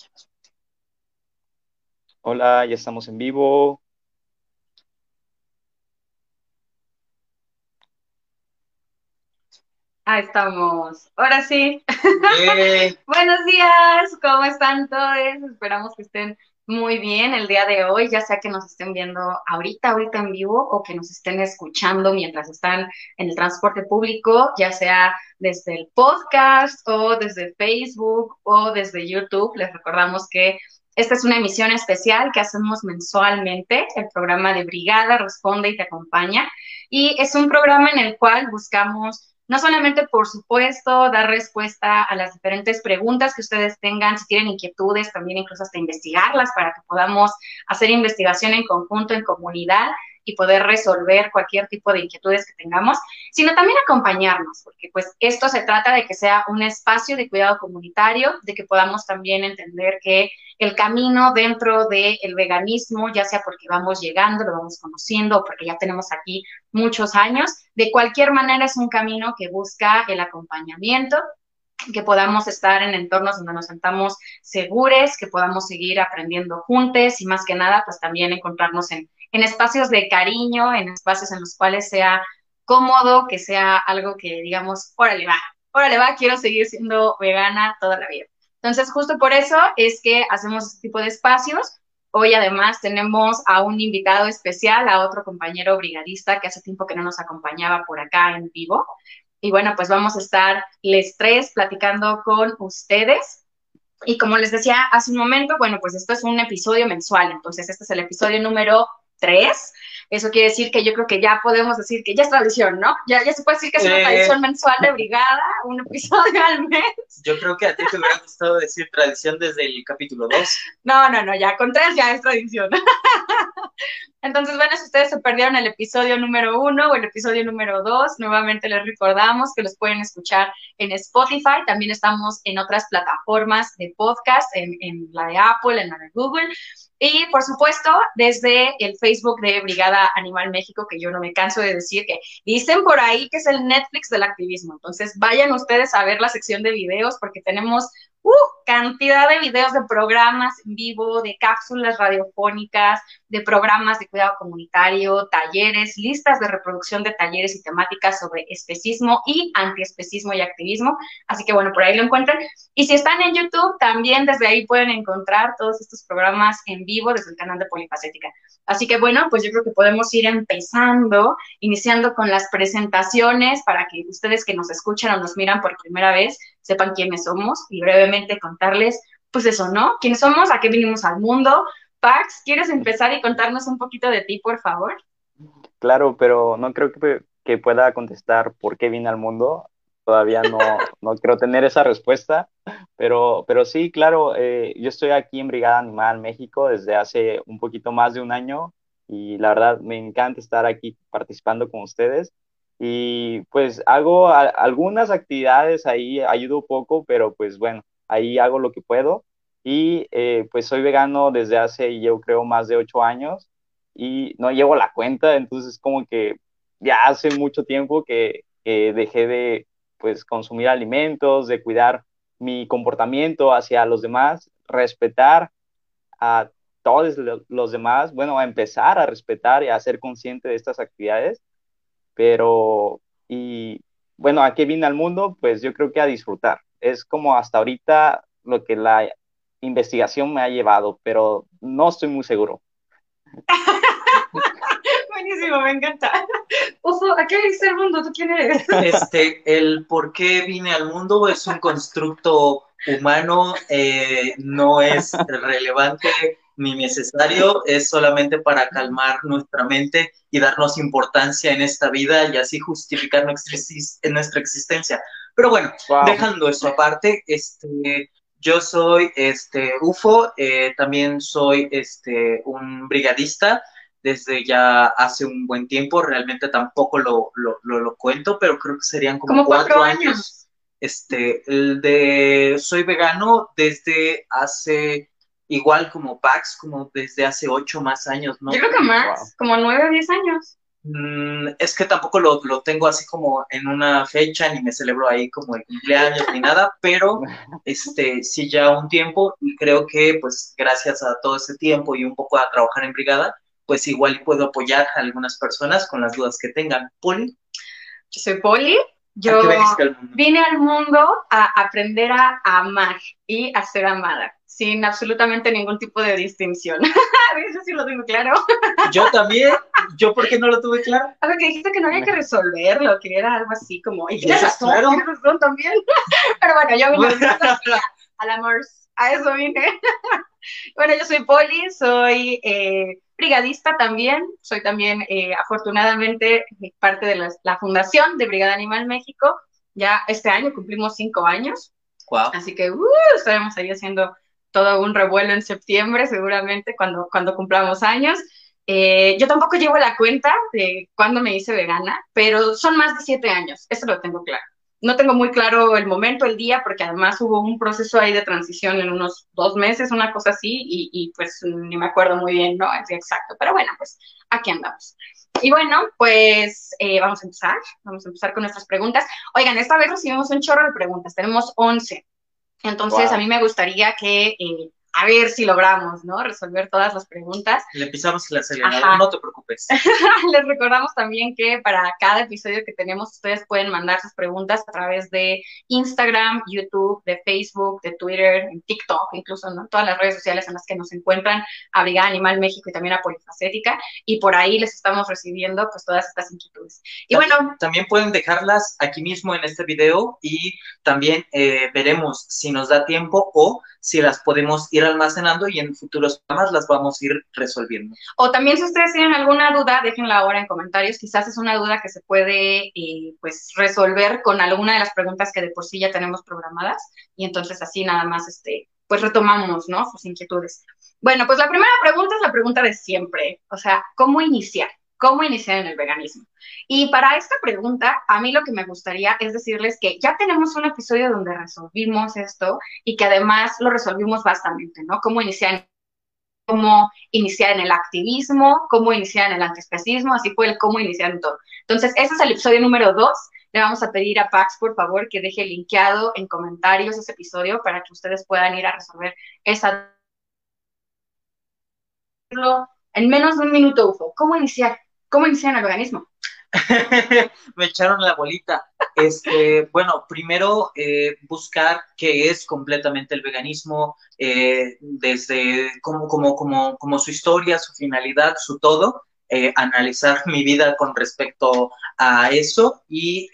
Hola, ya estamos en vivo. Ah, estamos. Ahora sí. Eh, Buenos días, ¿cómo están todos? Esperamos que estén muy bien el día de hoy, ya sea que nos estén viendo ahorita en vivo o que nos estén escuchando mientras están en el transporte público, ya sea desde el podcast o desde Facebook o desde YouTube. Les recordamos que esta es una emisión especial que hacemos mensualmente, el programa de Brigada Responde y Te Acompaña. Y es un programa en el cual buscamos no solamente, por supuesto, dar respuesta a las diferentes preguntas que ustedes tengan, si tienen inquietudes, también incluso hasta investigarlas para que podamos hacer investigación en conjunto, en comunidad y poder resolver cualquier tipo de inquietudes que tengamos, sino también acompañarnos, porque pues esto se trata de que sea un espacio de cuidado comunitario, de que podamos también entender que el camino dentro del veganismo, ya sea porque vamos llegando, lo vamos conociendo o porque ya tenemos aquí muchos años. De cualquier manera, es un camino que busca el acompañamiento, que podamos estar en entornos donde nos sentamos seguros, que podamos seguir aprendiendo juntos y más que nada, pues también encontrarnos en espacios de cariño, en espacios en los cuales sea cómodo, que sea algo que digamos, órale va, quiero seguir siendo vegana toda la vida. Entonces, justo por eso es que hacemos este tipo de espacios. Hoy además tenemos a un invitado especial, a otro compañero brigadista que hace tiempo que no nos acompañaba por acá en vivo. Y bueno, pues vamos a estar les tres platicando con ustedes. Y como les decía hace un momento, bueno, pues esto es un episodio mensual, entonces este es el episodio número 3. Eso quiere decir que yo creo que ya podemos decir que ya es tradición, ¿no? Ya se puede decir que es una tradición mensual de brigada, un episodio al mes. yo creo que a ti te hubiera gustado decir tradición desde el capítulo 2. No, ya con 3 ya es tradición. Entonces, bueno, si ustedes se perdieron el episodio número 1 o el episodio número 2, nuevamente les recordamos que los pueden escuchar en Spotify. También estamos en otras plataformas de podcast, en la de Apple, en la de Google. Y por supuesto, desde el Facebook de Brigada Animal México, que yo no me canso de decir que dicen por ahí que es el Netflix del activismo. Entonces, vayan ustedes a ver la sección de videos porque tenemos uh, cantidad de videos de programas en vivo, de cápsulas radiofónicas, de programas de cuidado comunitario, talleres, listas de reproducción de talleres y temáticas sobre especismo y antiespecismo y activismo. Así que bueno, por ahí lo encuentran. Y si están en YouTube, también desde ahí pueden encontrar todos estos programas en vivo desde el canal de Polifacética. Así que bueno, pues yo creo que podemos ir empezando, iniciando con las presentaciones para que ustedes que nos escuchan o nos miran por primera vez sepan quiénes somos y brevemente contarles, pues eso, ¿no? ¿Quiénes somos? ¿A qué vinimos al mundo? Pax, ¿quieres empezar y contarnos un poquito de ti, por favor? Claro, pero no creo que pueda contestar por qué vine al mundo. Todavía no creo tener esa respuesta, pero sí, claro, yo estoy aquí en Brigada Animal México desde hace un poquito más de un año y la verdad me encanta estar aquí participando con ustedes. Y pues hago algunas actividades ahí, ayudo poco, pero pues bueno, ahí hago lo que puedo. Y pues soy vegano desde hace, yo creo, más de 8 años y no llevo la cuenta, entonces como que ya hace mucho tiempo que dejé de pues consumir alimentos, de cuidar mi comportamiento hacia los demás, respetar a todos los demás, bueno, a empezar a respetar y a ser consciente de estas actividades, pero y bueno, ¿a qué vine al mundo? Pues yo creo que a disfrutar. Es como hasta ahorita lo que la investigación me ha llevado, pero no estoy muy seguro. Buenísimo, me encanta. Ufo, ¿a qué dice el mundo? ¿Tú quién eres? El por qué vine al mundo es un constructo humano, no es relevante ni necesario, es solamente para calmar nuestra mente y darnos importancia en esta vida y así justificar nuestra existencia. Pero bueno, Wow. dejando eso aparte, yo soy UFO, también soy un brigadista desde ya hace un buen tiempo, realmente tampoco lo cuento, pero creo que serían como Como 4 años. años. Soy vegano desde hace, igual como Pax, como desde hace 8 más años, Yo ¿no? creo que más, wow, como 9 o 10 años. Es que tampoco lo tengo así como en una fecha, ni me celebro ahí como el cumpleaños ni nada, pero sí ya un tiempo y creo que pues gracias a todo ese tiempo y un poco a trabajar en brigada, pues igual puedo apoyar a algunas personas con las dudas que tengan. Poli, Yo soy Poli, ¿a qué yo veniste al mundo? vine al mundo a aprender a amar y a ser amada, sin absolutamente ningún tipo de distinción. Eso sí lo tengo claro. Yo también, ¿yo por qué no lo tuve claro? A ver, que dijiste que no había que resolverlo, que era algo así como, y Y eso es claro. tienes razón también. Pero bueno, yo vine al amor, a eso vine. Bueno, yo soy Poli, soy brigadista también, soy también afortunadamente parte de la fundación de Brigada Animal México. Ya este año cumplimos 5 años, Wow. así que estaremos ahí haciendo todo un revuelo en septiembre, seguramente, cuando cumplamos años. Yo tampoco llevo la cuenta de cuándo me hice vegana, pero son más de 7 años, eso lo tengo claro. No tengo muy claro el momento, el día, porque además hubo un proceso ahí de transición en unos 2 meses, una cosa así, y pues ni me acuerdo muy bien, ¿no? Es exacto, pero bueno, pues aquí andamos. Y bueno, pues vamos a empezar con nuestras preguntas. Oigan, esta vez recibimos un chorro de preguntas, tenemos 11. Entonces, a mí Wow. me gustaría que, a ver si logramos, ¿no? Resolver todas las preguntas. Le pisamos el acelerador, Ajá. no te preocupes. Les recordamos también que para cada episodio que tenemos, ustedes pueden mandar sus preguntas a través de Instagram, YouTube, de Facebook, de Twitter, en TikTok, incluso, ¿no? Todas las redes sociales en las que nos encuentran a Brigada Animal México y también a Polifacética, y por ahí les estamos recibiendo pues todas estas inquietudes. Y bueno, también pueden dejarlas aquí mismo en este video y también veremos si nos da tiempo o si las podemos ir almacenando y en futuros programas las vamos a ir resolviendo. o también si ustedes tienen alguna duda, déjenla ahora en comentarios. Quizás es una duda que se puede pues resolver con alguna de las preguntas que de por sí ya tenemos programadas y entonces así nada más pues retomamos, ¿no? Sus inquietudes. Bueno, pues la primera pregunta es la pregunta de siempre, o sea, ¿cómo iniciar? ¿Cómo iniciar en el veganismo? Y para esta pregunta, a mí lo que me gustaría es decirles que ya tenemos un episodio donde resolvimos esto y que además lo resolvimos bastante, ¿no? Cómo iniciar, cómo iniciar en el activismo, cómo iniciar en el antiespecismo, así fue el cómo iniciar en todo. Entonces, ese es el episodio número 2. Le vamos a pedir a Pax, por favor, que deje linkeado en comentarios ese episodio para que ustedes puedan ir a resolver esa en menos de un minuto, UFO. ¿Cómo iniciar? ¿Cómo iniciar en el organismo? Me echaron la bolita. Bueno, primero buscar qué es completamente el veganismo, desde como su historia, su finalidad, su todo, analizar mi vida con respecto a eso y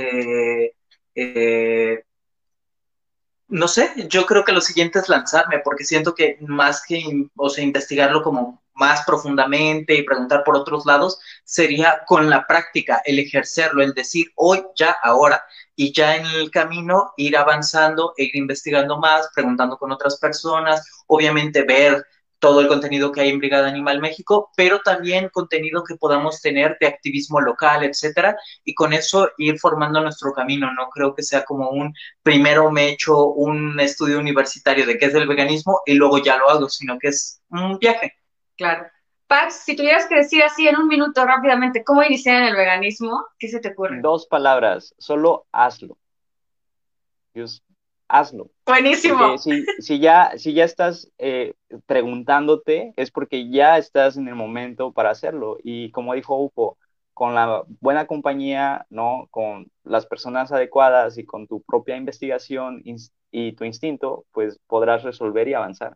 no sé, yo creo que lo siguiente es lanzarme, porque siento que más que, o sea, investigarlo como más profundamente y preguntar por otros lados, sería con la práctica, el ejercerlo, el decir hoy, ya, ahora, y ya en el camino ir avanzando, e ir investigando más, preguntando con otras personas, obviamente ver todo el contenido que hay en Brigada Animal México, pero también contenido que podamos tener de activismo local, etcétera, y con eso ir formando nuestro camino. No creo que sea como un primero me echo un estudio universitario de qué es el veganismo y luego ya lo hago, sino que es un viaje. Claro. Pax, si tuvieras que decir así en un minuto rápidamente cómo iniciar en el veganismo, ¿qué se te ocurre? 2 palabras, solo hazlo. Just hazlo. Buenísimo. Porque si ya estás preguntándote, es porque ya estás en el momento para hacerlo. Y como dijo Ufo, con la buena compañía, ¿no? Con las personas adecuadas y con tu propia investigación y tu instinto, pues podrás resolver y avanzar.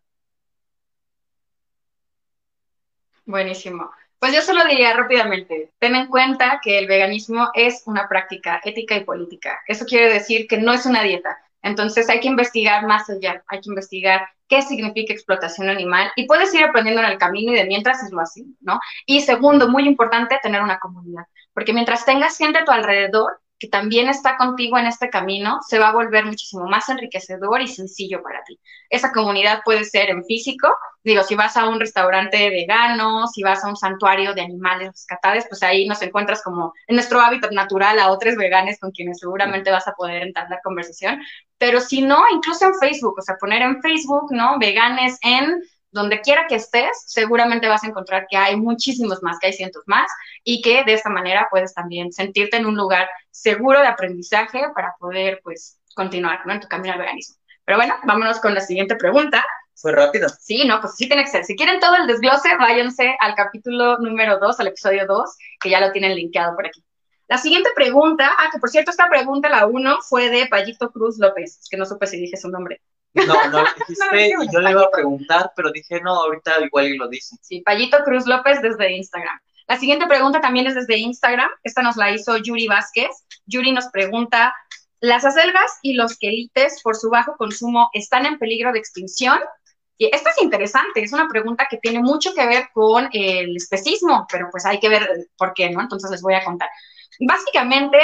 Buenísimo. Pues yo solo diría rápidamente, ten en cuenta que el veganismo es una práctica ética y política. Eso quiere decir que no es una dieta. Entonces hay que investigar más allá, hay que investigar qué significa explotación animal y puedes ir aprendiendo en el camino y de mientras irlo haciendo, ¿no? Y segundo, muy importante, tener una comunidad, porque mientras tengas gente a tu alrededor que también está contigo en este camino, se va a volver muchísimo más enriquecedor y sencillo para ti. Esa comunidad puede ser en físico. Digo, si vas a un restaurante vegano, si vas a un santuario de animales rescatados, pues ahí nos encuentras como en nuestro hábitat natural a otros veganes con quienes seguramente vas a poder entablar conversación. Pero si no, incluso en Facebook, o sea, poner en Facebook, ¿no? Veganes en donde quiera que estés, seguramente vas a encontrar que hay muchísimos más, que hay cientos más, y que de esta manera puedes también sentirte en un lugar seguro de aprendizaje para poder, pues, continuar, ¿no? En tu camino al veganismo. Pero bueno, vámonos con la siguiente pregunta. Fue rápido. Sí, no, pues sí tiene que ser. Si quieren todo el desglose, váyanse al capítulo número 2, al episodio 2, que ya lo tienen linkeado por aquí. La siguiente pregunta, que por cierto, esta pregunta, la 1, fue de Payito Cruz López, es que no supe si dije su nombre. No, no lo dijiste y yo le iba a preguntar, pero dije, no, ahorita igual y lo dice. Sí, Payito Cruz López desde Instagram. La siguiente pregunta también es desde Instagram. Esta nos la hizo Yuri Vázquez. Yuri nos pregunta, ¿las acelgas y los quelites por su bajo consumo están en peligro de extinción? Y esto es interesante, es una pregunta que tiene mucho que ver con el especismo, pero pues hay que ver por qué, ¿no? Entonces les voy a contar. Básicamente,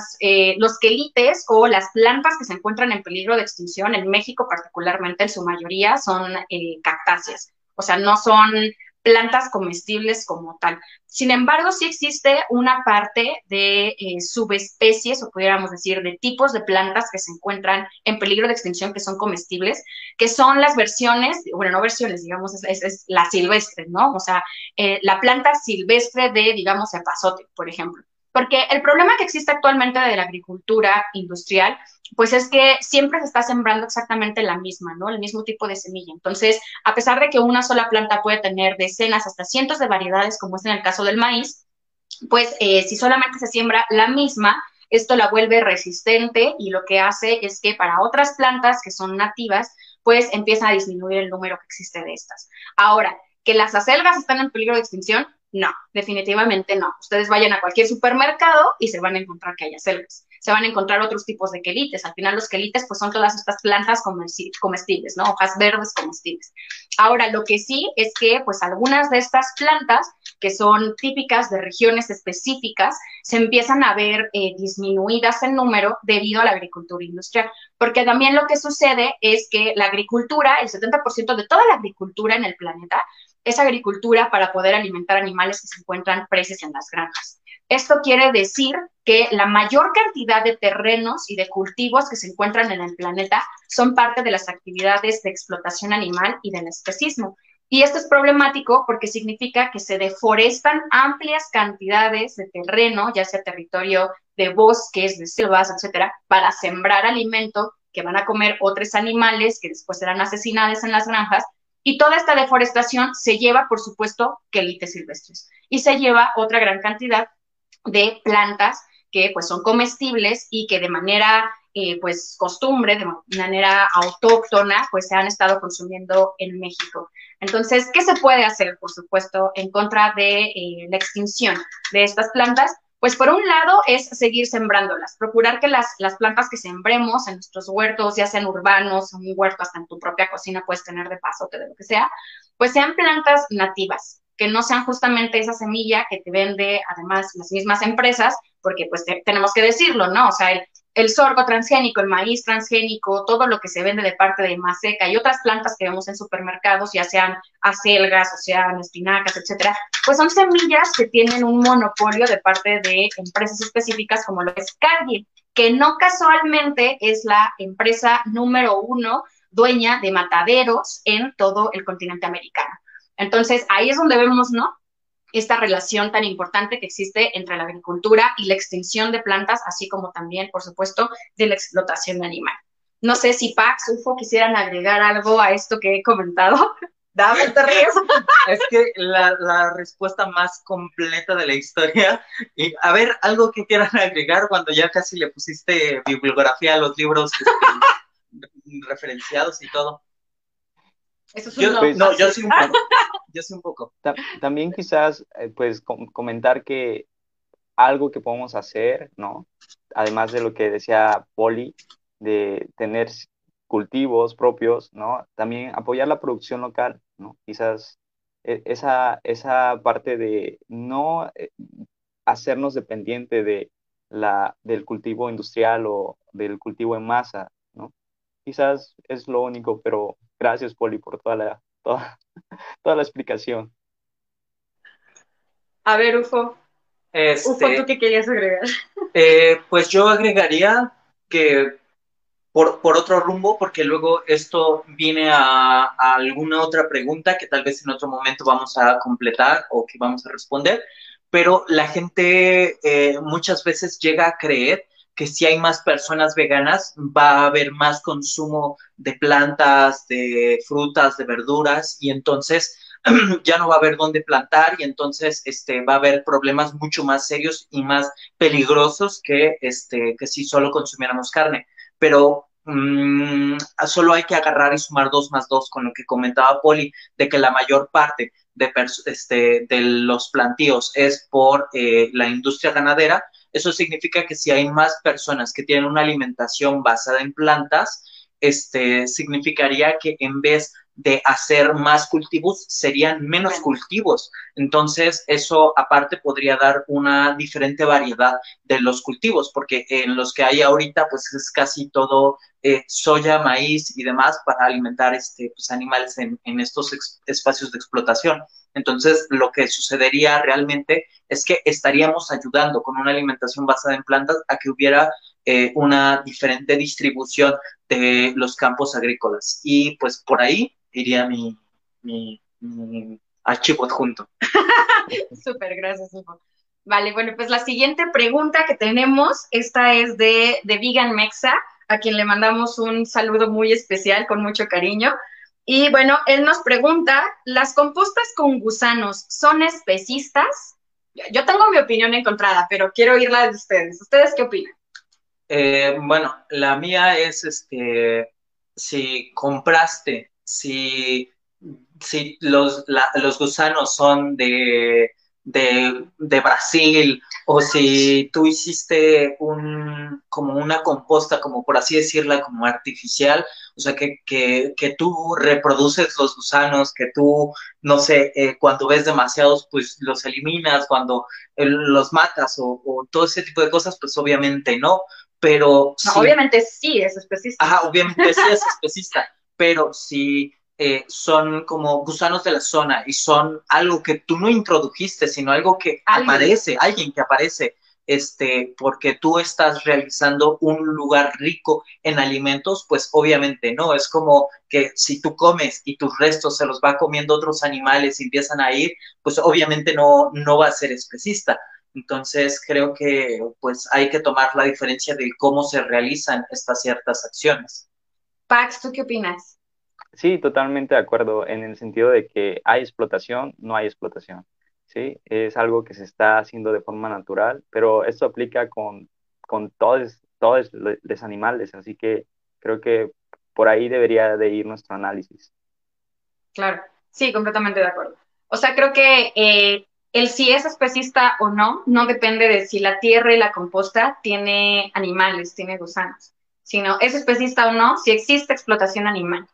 los quelites o las plantas que se encuentran en peligro de extinción, en México particularmente, en su mayoría, son cactáceas. O sea, no son plantas comestibles como tal. Sin embargo, sí existe una parte de subespecies, o pudiéramos decir, de tipos de plantas que se encuentran en peligro de extinción, que son comestibles, que son las versiones, bueno, no versiones, digamos, es la silvestre, ¿no? O sea, la planta silvestre de, digamos, epazote, por ejemplo. Porque el problema que existe actualmente de la agricultura industrial, pues es que siempre se está sembrando exactamente la misma, ¿no? El mismo tipo de semilla. Entonces, a pesar de que una sola planta puede tener decenas hasta cientos de variedades, como es en el caso del maíz, pues si solamente se siembra la misma, esto la vuelve resistente y lo que hace es que para otras plantas que son nativas, pues empieza a disminuir el número que existe de estas. Ahora, ¿que las acelgas están en peligro de extinción? No, definitivamente no. Ustedes vayan a cualquier supermercado y se van a encontrar que hay acelgas. Se van a encontrar otros tipos de quelites. Al final los quelites pues son todas estas plantas comestibles, ¿no? Hojas verdes comestibles. Ahora, lo que sí es que pues algunas de estas plantas que son típicas de regiones específicas, se empiezan a ver disminuidas en número debido a la agricultura industrial. Porque también lo que sucede es que la agricultura, el 70% de toda la agricultura en el planeta, es agricultura para poder alimentar animales que se encuentran presos en las granjas. Esto quiere decir que la mayor cantidad de terrenos y de cultivos que se encuentran en el planeta son parte de las actividades de explotación animal y del especismo. Y esto es problemático porque significa que se deforestan amplias cantidades de terreno, ya sea territorio de bosques, de selvas, etcétera, para sembrar alimento que van a comer otros animales que después serán asesinados en las granjas. Y toda esta deforestación se lleva, por supuesto, quelites silvestres. Y se lleva otra gran cantidad de plantas que pues son comestibles y que de manera pues costumbre, de manera autóctona, pues se han estado consumiendo en México. Entonces, ¿qué se puede hacer, por supuesto, en contra de la extinción de estas plantas? Pues por un lado es seguir sembrándolas, procurar que las plantas que sembremos en nuestros huertos, ya sean urbanos, un huerto hasta en tu propia cocina puedes tener de pasote, de lo que sea, pues sean plantas nativas, que no sean justamente esa semilla que te vende además las mismas empresas, porque pues tenemos que decirlo, ¿no? O sea, el sorgo transgénico, el maíz transgénico, todo lo que se vende de parte de Maseca y otras plantas que vemos en supermercados, ya sean acelgas o sean espinacas, etcétera, pues son semillas que tienen un monopolio de parte de empresas específicas como lo es Cargill, que no casualmente es la empresa número 1 dueña de mataderos en todo el continente americano. Entonces, ahí es donde vemos, ¿no? Esta relación tan importante que existe entre la agricultura y la extinción de plantas, así como también, por supuesto, de la explotación de animales. No sé si Pax, UFO quisieran agregar algo a esto que he comentado. Dame, te ríes. Es que la respuesta más completa de la historia. Y, a ver, algo que quieran agregar cuando ya casi le pusiste bibliografía a los libros referenciados y todo. Eso es yo, no, yo sí un poco. Yo sí un poco. También quizás, pues, comentar que algo que podemos hacer, ¿no? Además de lo que decía Poli, de tener cultivos propios, ¿no? También apoyar la producción local, ¿no? Quizás esa parte de no hacernos dependiente del cultivo industrial o del cultivo en masa, ¿no? Quizás es lo único, pero gracias, Poli, por toda la explicación. A ver, Ufo. Ufo, ¿tú qué querías agregar? Pues yo agregaría que por otro rumbo, porque luego esto viene a alguna otra pregunta que tal vez en otro momento vamos a completar o que vamos a responder, pero la gente muchas veces llega a creer que si hay más personas veganas va a haber más consumo de plantas, de frutas, de verduras, y entonces ya no va a haber dónde plantar y entonces va a haber problemas mucho más serios y más peligrosos que si solo consumiéramos carne. Pero solo hay que agarrar y sumar 2 más 2 con lo que comentaba Poli, de que la mayor parte de los plantíos es por la industria ganadera. Eso significa que si hay más personas que tienen una alimentación basada en plantas, significaría que en vez de hacer más cultivos, serían menos cultivos. Entonces, eso aparte podría dar una diferente variedad de los cultivos, porque en los que hay ahorita, pues es casi todo soya, maíz y demás para alimentar pues, animales en estos espacios de explotación. Entonces, lo que sucedería realmente es que estaríamos ayudando con una alimentación basada en plantas a que hubiera una diferente distribución de los campos agrícolas. Y pues por ahí iría mi archivo adjunto. Súper, gracias, Hugo. Vale, bueno, pues la siguiente pregunta que tenemos, esta es de Vegan Mexa, a quien le mandamos un saludo muy especial, con mucho cariño. Y bueno, él nos pregunta, ¿las compostas con gusanos son especistas? Yo tengo mi opinión encontrada, pero quiero oírla de ustedes. ¿Ustedes qué opinan? Bueno, la mía es, si compraste, si los gusanos son de Brasil, o si tú hiciste como una composta, como por así decirla, como artificial, o sea, que tú reproduces los gusanos, que tú, no sé, cuando ves demasiados, pues los eliminas, cuando los matas o todo ese tipo de cosas, pues obviamente no, pero No, sí. obviamente sí es especista. Ajá, obviamente sí es especista, pero si son como gusanos de la zona y son algo que tú no introdujiste, sino algo que aparece, alguien que aparece, porque tú estás realizando un lugar rico en alimentos, pues obviamente no. Es como que si tú comes y tus restos se los va comiendo otros animales y empiezan a ir, pues obviamente no va a ser especista. Entonces creo que pues hay que tomar la diferencia de cómo se realizan estas ciertas acciones. Pax, ¿tú qué opinas? Sí, totalmente de acuerdo en el sentido de que hay explotación, no hay explotación, ¿sí? Es algo que se está haciendo de forma natural, pero esto aplica con todos los animales, así que creo que por ahí debería de ir nuestro análisis. Claro, sí, completamente de acuerdo. O sea, creo que el si es especista o no, no depende de si la tierra y la composta tiene animales, tiene gusanos, sino es especista o no si existe explotación animal.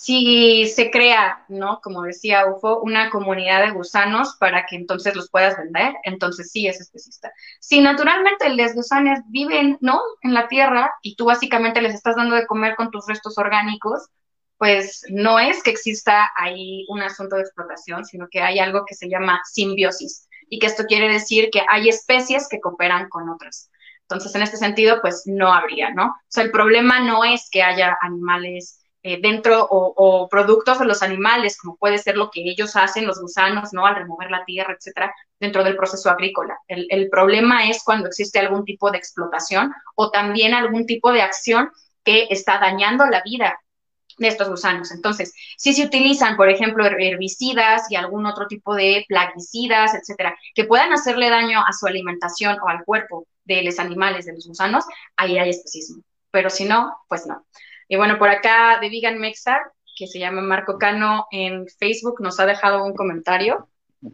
Si se crea, ¿no? Como decía UFO, una comunidad de gusanos para que entonces los puedas vender, entonces sí es especista. Si naturalmente los gusanos viven, ¿no? En la tierra y tú básicamente les estás dando de comer con tus restos orgánicos, pues no es que exista ahí un asunto de explotación, sino que hay algo que se llama simbiosis y que esto quiere decir que hay especies que cooperan con otras. Entonces, en este sentido, pues no habría, ¿no? O sea, el problema no es que haya animales dentro o productos de los animales, como puede ser lo que ellos hacen, los gusanos, ¿no? Al remover la tierra, etcétera, dentro del proceso agrícola. El problema es cuando existe algún tipo de explotación o también algún tipo de acción que está dañando la vida de estos gusanos. Entonces, si se utilizan, por ejemplo, herbicidas y algún otro tipo de plaguicidas, etcétera, que puedan hacerle daño a su alimentación o al cuerpo de los animales, de los gusanos, ahí hay especismo. Pero si no, pues no. Y bueno, por acá de Vegan Mexa, que se llama Marco Cano en Facebook, nos ha dejado un comentario.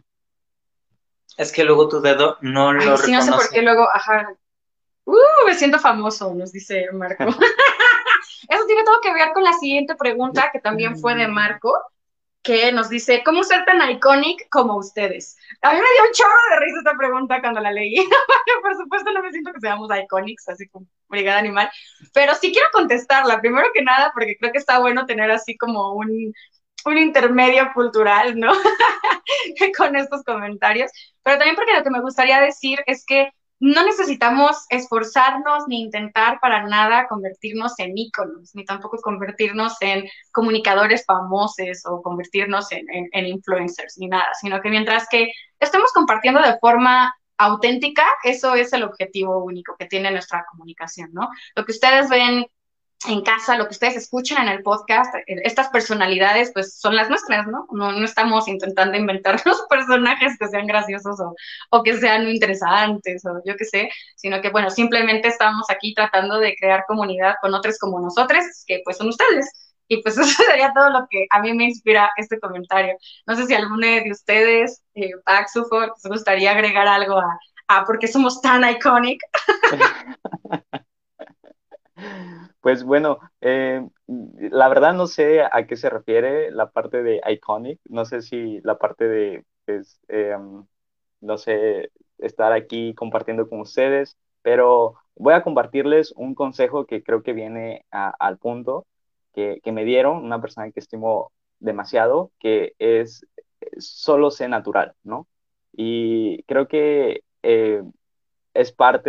Es que luego tu dedo no lo reconoce. Sí, no sé por qué luego, ajá. Me siento famoso, nos dice Marco. Eso tiene todo que ver con la siguiente pregunta, que también fue de Marco, que nos dice, ¿cómo ser tan iconic como ustedes? A mí me dio un chorro de risa esta pregunta cuando la leí. Por supuesto no me siento que seamos iconics, así como Brigada Animal, pero sí quiero contestarla, primero que nada, porque creo que está bueno tener así como un intermedio cultural, ¿no? Con estos comentarios, pero también porque lo que me gustaría decir es que no necesitamos esforzarnos ni intentar para nada convertirnos en íconos, ni tampoco convertirnos en comunicadores famosos o convertirnos en influencers, ni nada, sino que mientras que estemos compartiendo de forma auténtica, eso es el objetivo único que tiene nuestra comunicación, ¿no? Lo que ustedes ven en casa, lo que ustedes escuchan en el podcast, estas personalidades, pues son las nuestras, ¿no? No estamos intentando inventar los personajes que sean graciosos o que sean interesantes o yo qué sé, sino que, bueno, simplemente estamos aquí tratando de crear comunidad con otros como nosotros, que pues son ustedes. Y pues eso sería todo lo que a mí me inspira este comentario. No sé si alguno de ustedes, Pax, Ufo, les gustaría agregar algo a por qué somos tan iconic. Pues bueno, la verdad no sé a qué se refiere la parte de iconic, no sé si la parte de, pues, no sé, estar aquí compartiendo con ustedes, pero voy a compartirles un consejo que creo que viene al punto que me dieron una persona que estimo demasiado, que es solo sé natural, ¿no? Y creo que es parte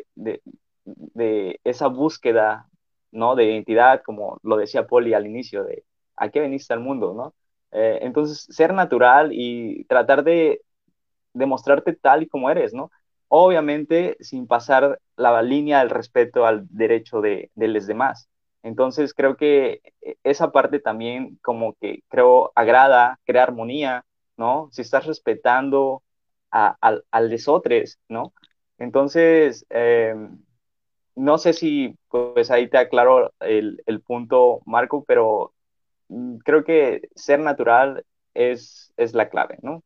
de esa búsqueda, ¿no? De identidad, como lo decía Poli al inicio, de a qué veniste al mundo, ¿no? Entonces, ser natural y tratar de demostrarte tal y como eres, ¿no? Obviamente sin pasar la línea del respeto al derecho de los demás. Entonces creo que esa parte también como que creo agrada, crea armonía, ¿no? Si estás respetando al lesotres, ¿no? Entonces, no sé si pues ahí te aclaro el punto, Marco, pero creo que ser natural es la clave, ¿no?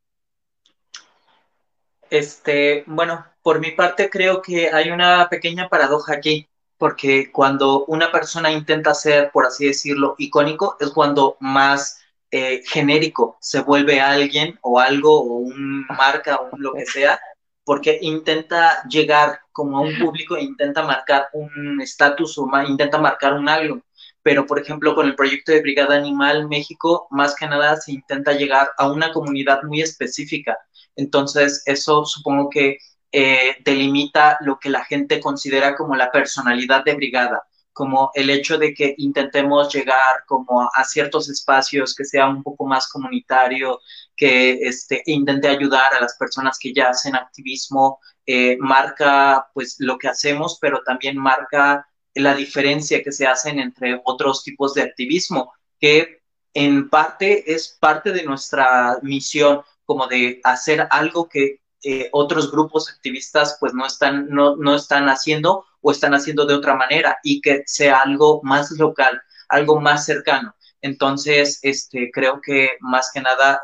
Bueno, por mi parte creo que hay una pequeña paradoja aquí, porque cuando una persona intenta ser, por así decirlo, icónico, es cuando más genérico se vuelve alguien o algo o un marca o un lo que sea, porque intenta llegar como a un público e intenta marcar un estatus o intenta marcar un algo. Pero, por ejemplo, con el proyecto de Brigada Animal México, más que nada se intenta llegar a una comunidad muy específica. Entonces, eso supongo que delimita lo que la gente considera como la personalidad de brigada, como el hecho de que intentemos llegar como a ciertos espacios que sea un poco más comunitario, que intente ayudar a las personas que ya hacen activismo, marca pues lo que hacemos, pero también marca la diferencia que se hacen entre otros tipos de activismo, que en parte es parte de nuestra misión como de hacer algo que otros grupos activistas pues no están haciendo o están haciendo de otra manera y que sea algo más local, algo más cercano. Entonces, creo que más que nada,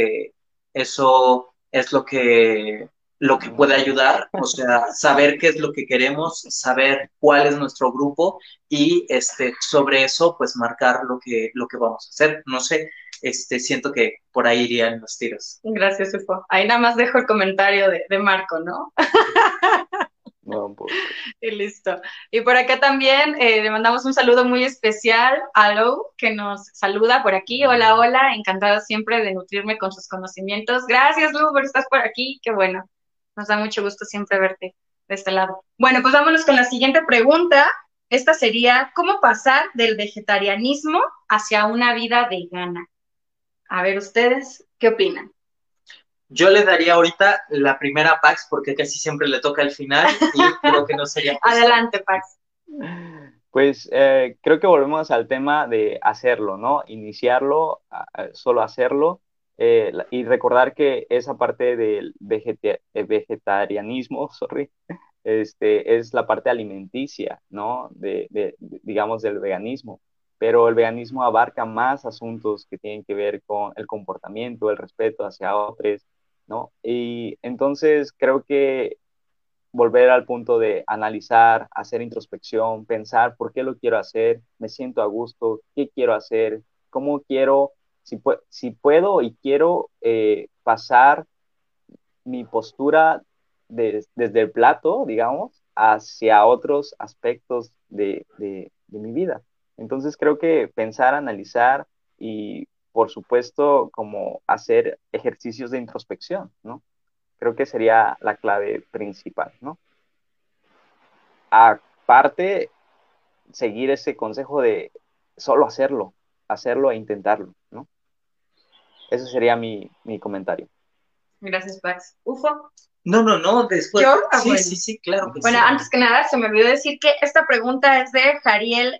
eso es lo que puede ayudar, o sea, saber qué es lo que queremos, saber cuál es nuestro grupo y sobre eso, pues marcar lo que vamos a hacer. No sé, siento que por ahí irían los tiros. Gracias, Ufo. Ahí nada más dejo el comentario de Marco, ¿no? No, pues, Y listo. Y por acá también le mandamos un saludo muy especial a Lou, que nos saluda por aquí. Hola, hola, encantada siempre de nutrirme con sus conocimientos. Gracias, Lou, por estar por aquí. Qué bueno. Nos da mucho gusto siempre verte de este lado. Bueno, pues vámonos con la siguiente pregunta. Esta sería, ¿cómo pasar del vegetarianismo hacia una vida vegana? A ver, ¿ustedes qué opinan? Yo le daría ahorita la primera a Pax porque casi siempre le toca al final y creo que no sería justo. Adelante, Pax. pues creo que volvemos al tema de hacerlo, ¿no? Iniciarlo, solo hacerlo, y recordar que esa parte del vegetarianismo, sorry, es la parte alimenticia, ¿no? Digamos, del veganismo. Pero el veganismo abarca más asuntos que tienen que ver con el comportamiento, el respeto hacia otros, ¿no? Y entonces creo que volver al punto de analizar, hacer introspección, pensar por qué lo quiero hacer, me siento a gusto, qué quiero hacer, cómo quiero, si puedo y quiero pasar mi postura desde el plato, digamos, hacia otros aspectos de mi vida. Entonces creo que pensar, analizar y, por supuesto, como hacer ejercicios de introspección, ¿no? Creo que sería la clave principal, ¿no? aparte, seguir ese consejo de solo hacerlo e intentarlo, ¿no? Ese sería mi comentario. Gracias, Pax. Ufo. No, después. ¿Yo? Sí, Bueno. sí, claro que Bueno, sí. antes que nada, se me olvidó decir que esta pregunta es de Jariel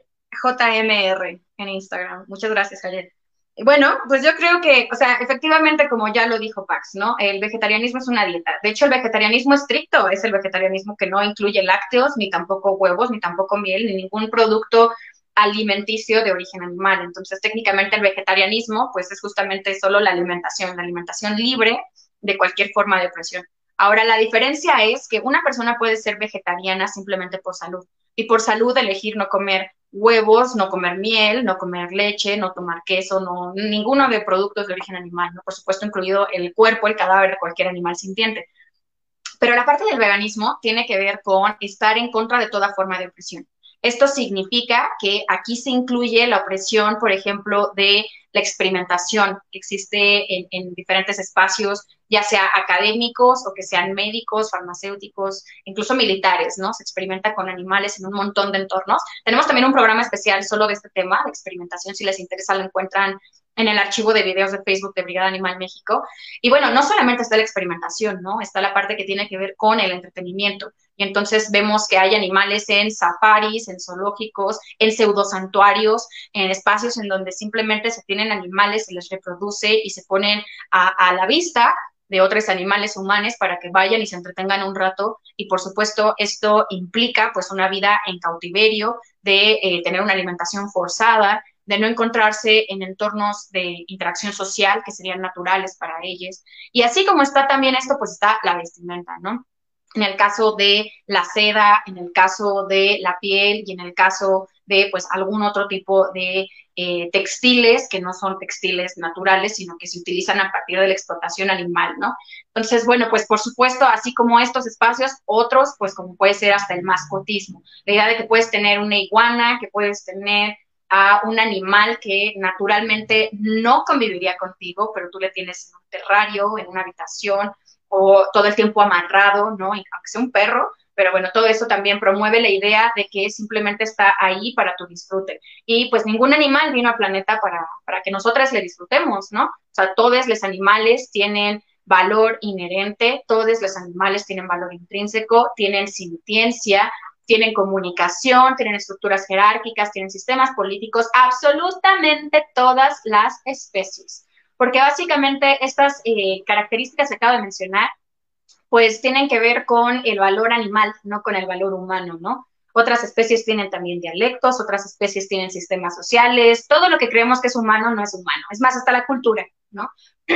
JMR en Instagram. Muchas gracias, Jariel. Bueno, pues yo creo que, o sea, efectivamente, como ya lo dijo Pax, ¿no? El vegetarianismo es una dieta. De hecho, el vegetarianismo estricto es el vegetarianismo que no incluye lácteos, ni tampoco huevos, ni tampoco miel, ni ningún producto alimenticio de origen animal. Entonces, técnicamente el vegetarianismo, pues es justamente solo la alimentación libre de cualquier forma de opresión. Ahora, la diferencia es que una persona puede ser vegetariana simplemente por salud y por salud elegir no comer huevos, no comer miel, no comer leche, no tomar queso, no, ninguno de productos de origen animal, ¿no? Por supuesto, incluido el cuerpo, el cadáver de cualquier animal sintiente. Pero la parte del veganismo tiene que ver con estar en contra de toda forma de opresión. Esto significa que aquí se incluye la opresión, por ejemplo, de la experimentación que existe en diferentes espacios, ya sea académicos o que sean médicos, farmacéuticos, incluso militares, ¿no? Se experimenta con animales en un montón de entornos. Tenemos también un programa especial solo de este tema, de experimentación. Si les interesa, lo encuentran en el archivo de videos de Facebook de Brigada Animal México. Y bueno, no solamente está la experimentación, ¿no? Está la parte que tiene que ver con el entretenimiento. Y entonces vemos que hay animales en safaris, en zoológicos, en pseudosantuarios, en espacios en donde simplemente se tienen animales, se les reproduce y se ponen a la vista de otros animales humanos para que vayan y se entretengan un rato. Y por supuesto, esto implica pues una vida en cautiverio, de tener una alimentación forzada, de no encontrarse en entornos de interacción social que serían naturales para ellos. Y así como está también esto, pues está la vestimenta, ¿no? En el caso de la seda, en el caso de la piel y en el caso de pues algún otro tipo de textiles que no son textiles naturales, sino que se utilizan a partir de la explotación animal, ¿no? Entonces, bueno, pues por supuesto, así como estos espacios, otros, pues como puede ser hasta el mascotismo. La idea de que puedes tener una iguana, que puedes tener a un animal que naturalmente no conviviría contigo, pero tú le tienes en un terrario, en una habitación, o todo el tiempo amarrado, ¿no? Aunque sea un perro, pero bueno, todo eso también promueve la idea de que simplemente está ahí para tu disfrute. Y pues ningún animal vino al planeta para que nosotras le disfrutemos, ¿no? O sea, todos los animales tienen valor inherente, todos los animales tienen valor intrínseco, tienen sintiencia, tienen comunicación, tienen estructuras jerárquicas, tienen sistemas políticos, absolutamente todas las especies. Porque básicamente estas características que acabo de mencionar, pues tienen que ver con el valor animal, no con el valor humano, ¿no? Otras especies tienen también dialectos, otras especies tienen sistemas sociales, todo lo que creemos que es humano no es humano. Es más, hasta la cultura, ¿no?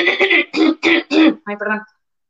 Ay, perdón.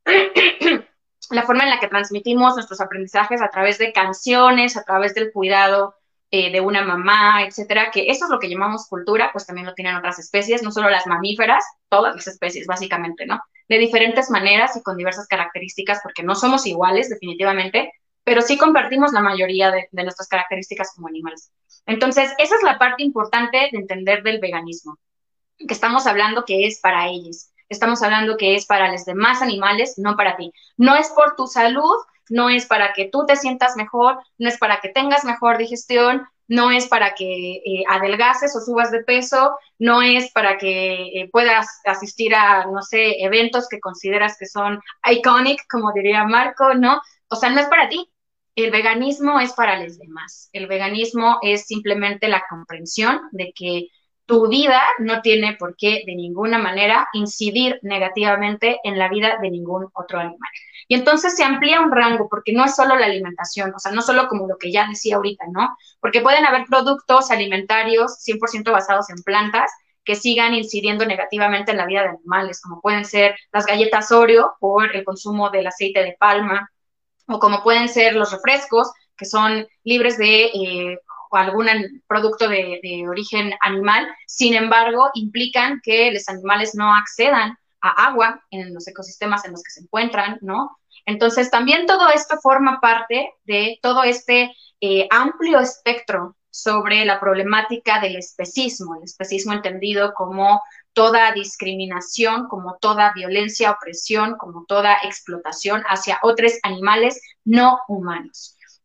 La forma en la que transmitimos nuestros aprendizajes a través de canciones, a través del cuidado de una mamá, etcétera, que eso es lo que llamamos cultura, pues también lo tienen otras especies, no solo las mamíferas, todas las especies, básicamente, ¿no? De diferentes maneras y con diversas características, porque no somos iguales, definitivamente, pero sí compartimos la mayoría de nuestras características como animales. Entonces, esa es la parte importante de entender del veganismo, que estamos hablando que es para ellos. Estamos hablando que es para los demás animales, no para ti. No es por tu salud, no es para que tú te sientas mejor, no es para que tengas mejor digestión, no es para que adelgaces o subas de peso, no es para que puedas asistir a, no sé, eventos que consideras que son iconic, como diría Marco, ¿no? O sea, no es para ti. El veganismo es para los demás. El veganismo es simplemente la comprensión de que tu vida no tiene por qué de ninguna manera incidir negativamente en la vida de ningún otro animal. Y entonces se amplía un rango, porque no es solo la alimentación, o sea, no solo como lo que ya decía ahorita, ¿no? Porque pueden haber productos alimentarios 100% basados en plantas que sigan incidiendo negativamente en la vida de animales, como pueden ser las galletas Oreo por el consumo del aceite de palma, o como pueden ser los refrescos, que son libres de o algún producto de origen animal, sin embargo, implican que los animales no accedan a agua en los ecosistemas en los que se encuentran, ¿no? Entonces, también todo esto forma parte de todo este amplio espectro sobre la problemática del especismo, el especismo entendido como toda discriminación, como toda violencia, opresión, como toda explotación hacia otros animales no humanos.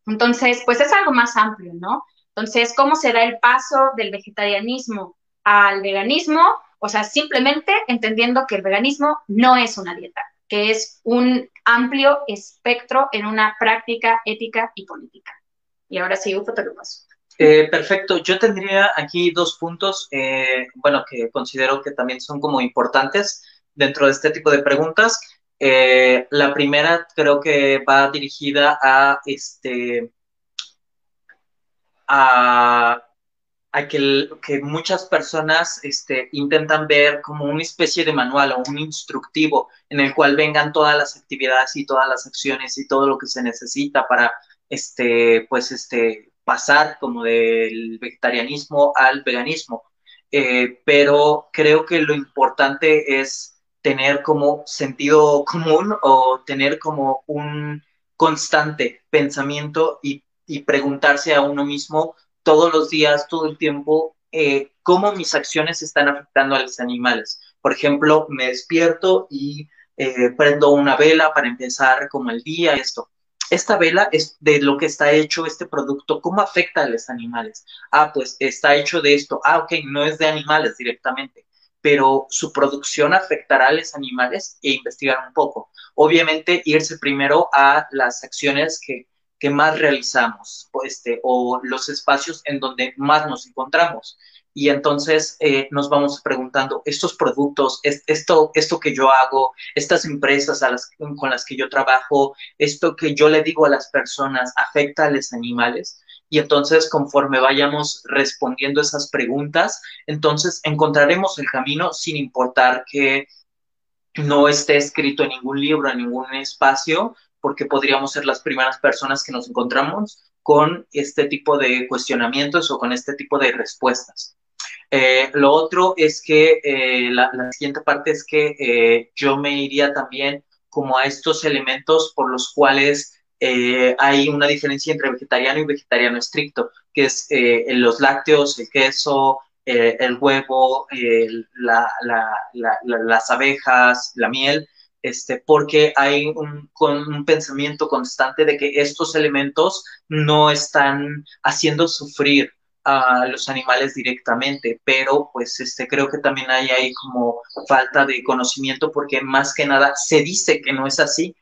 Entonces, pues es algo más amplio, ¿no? Entonces, ¿cómo se da el paso del vegetarianismo al veganismo? O sea, simplemente entendiendo que el veganismo no es una dieta, que es un amplio espectro en una práctica ética y política. Y ahora sí, Ufo, te lo paso. Perfecto, yo tendría aquí dos puntos, bueno, que considero que también son como importantes dentro de este tipo de preguntas. La primera creo que va dirigida a, a, a que muchas personas intentan ver como una especie de manual o un instructivo en el cual vengan todas las actividades y todas las acciones y todo lo que se necesita para pasar como del vegetarianismo al veganismo. Pero creo que lo importante es tener como sentido común o tener como un constante pensamiento y preguntarse a uno mismo todos los días, todo el tiempo, cómo mis acciones están afectando a los animales. Por ejemplo, me despierto y prendo una vela para empezar como el día, esto. Esta vela es de lo que está hecho este producto, ¿cómo afecta a los animales? Ah, pues está hecho de esto. Ah, ok, no es de animales directamente, pero su producción afectará a los animales e investigar un poco. Obviamente, irse primero a las acciones que más realizamos o los espacios en donde más nos encontramos. Y entonces nos vamos preguntando, estos productos, esto que yo hago, estas empresas con las que yo trabajo, esto que yo le digo a las personas, ¿afecta a los animales? Y entonces, conforme vayamos respondiendo esas preguntas, entonces encontraremos el camino sin importar que no esté escrito en ningún libro, en ningún espacio, porque podríamos ser las primeras personas que nos encontramos con este tipo de cuestionamientos o con este tipo de respuestas. Lo otro es que la siguiente parte es que yo me iría también como a estos elementos por los cuales hay una diferencia entre vegetariano y vegetariano estricto, que es los lácteos, el queso, el huevo, las abejas, la miel, porque hay un pensamiento constante de que estos elementos no están haciendo sufrir a los animales directamente, pero pues creo que también hay ahí como falta de conocimiento porque más que nada se dice que no es así,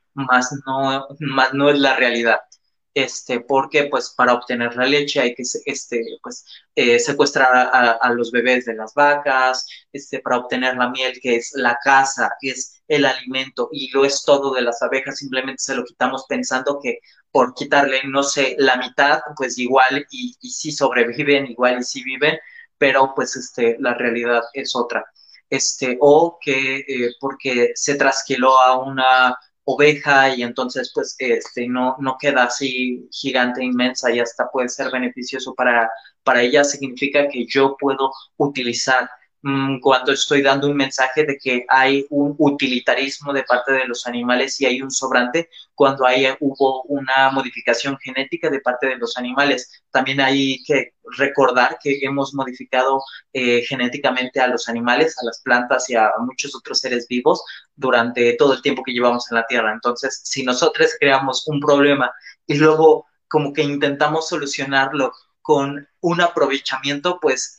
más no es la realidad. Porque pues para obtener la leche hay que secuestrar a los bebés de las vacas, para obtener la miel que es la caza, es el alimento y lo es todo de las abejas, simplemente se lo quitamos pensando que por quitarle, no sé, la mitad, pues igual y sí sobreviven, igual y sí viven, pero pues la realidad es otra. O que porque se trasquiló a una oveja y entonces pues no queda así gigante, inmensa y hasta puede ser beneficioso para ella, significa que yo puedo utilizar cuando estoy dando un mensaje de que hay un utilitarismo de parte de los animales y hay un sobrante cuando hubo una modificación genética de parte de los animales. También hay que recordar que hemos modificado genéticamente a los animales, a las plantas y a muchos otros seres vivos durante todo el tiempo que llevamos en la Tierra. Entonces, si nosotros creamos un problema y luego como que intentamos solucionarlo con un aprovechamiento, pues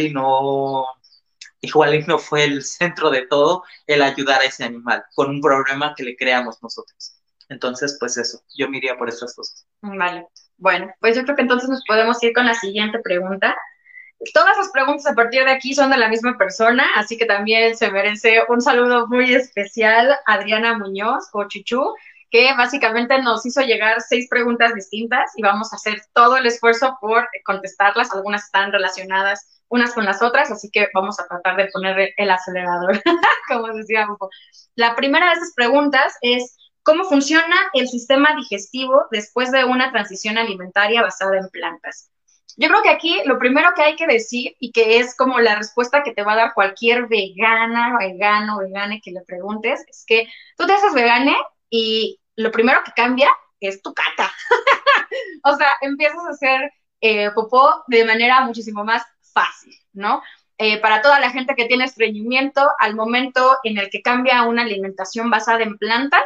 igual y no fue el centro de todo el ayudar a ese animal con un problema que le creamos nosotros. Entonces, pues eso, yo me iría por esas cosas. Vale. Bueno, pues yo creo que entonces nos podemos ir con la siguiente pregunta. Todas las preguntas a partir de aquí son de la misma persona, así que también se merece un saludo muy especial Adriana Muñoz o Chuchu, que básicamente nos hizo llegar 6 preguntas distintas y vamos a hacer todo el esfuerzo por contestarlas. Algunas están relacionadas unas con las otras, así que vamos a tratar de poner el acelerador, como decía Hugo. La primera de estas preguntas es, ¿cómo funciona el sistema digestivo después de una transición alimentaria basada en plantas? Yo creo que aquí lo primero que hay que decir y que es como la respuesta que te va a dar cualquier vegana, vegano, vegane que le preguntes, es que tú te haces vegane y lo primero que cambia es tu caca. O sea, empiezas a hacer popó de manera muchísimo más fácil, ¿no? Para toda la gente que tiene estreñimiento, al momento en el que cambia una alimentación basada en plantas,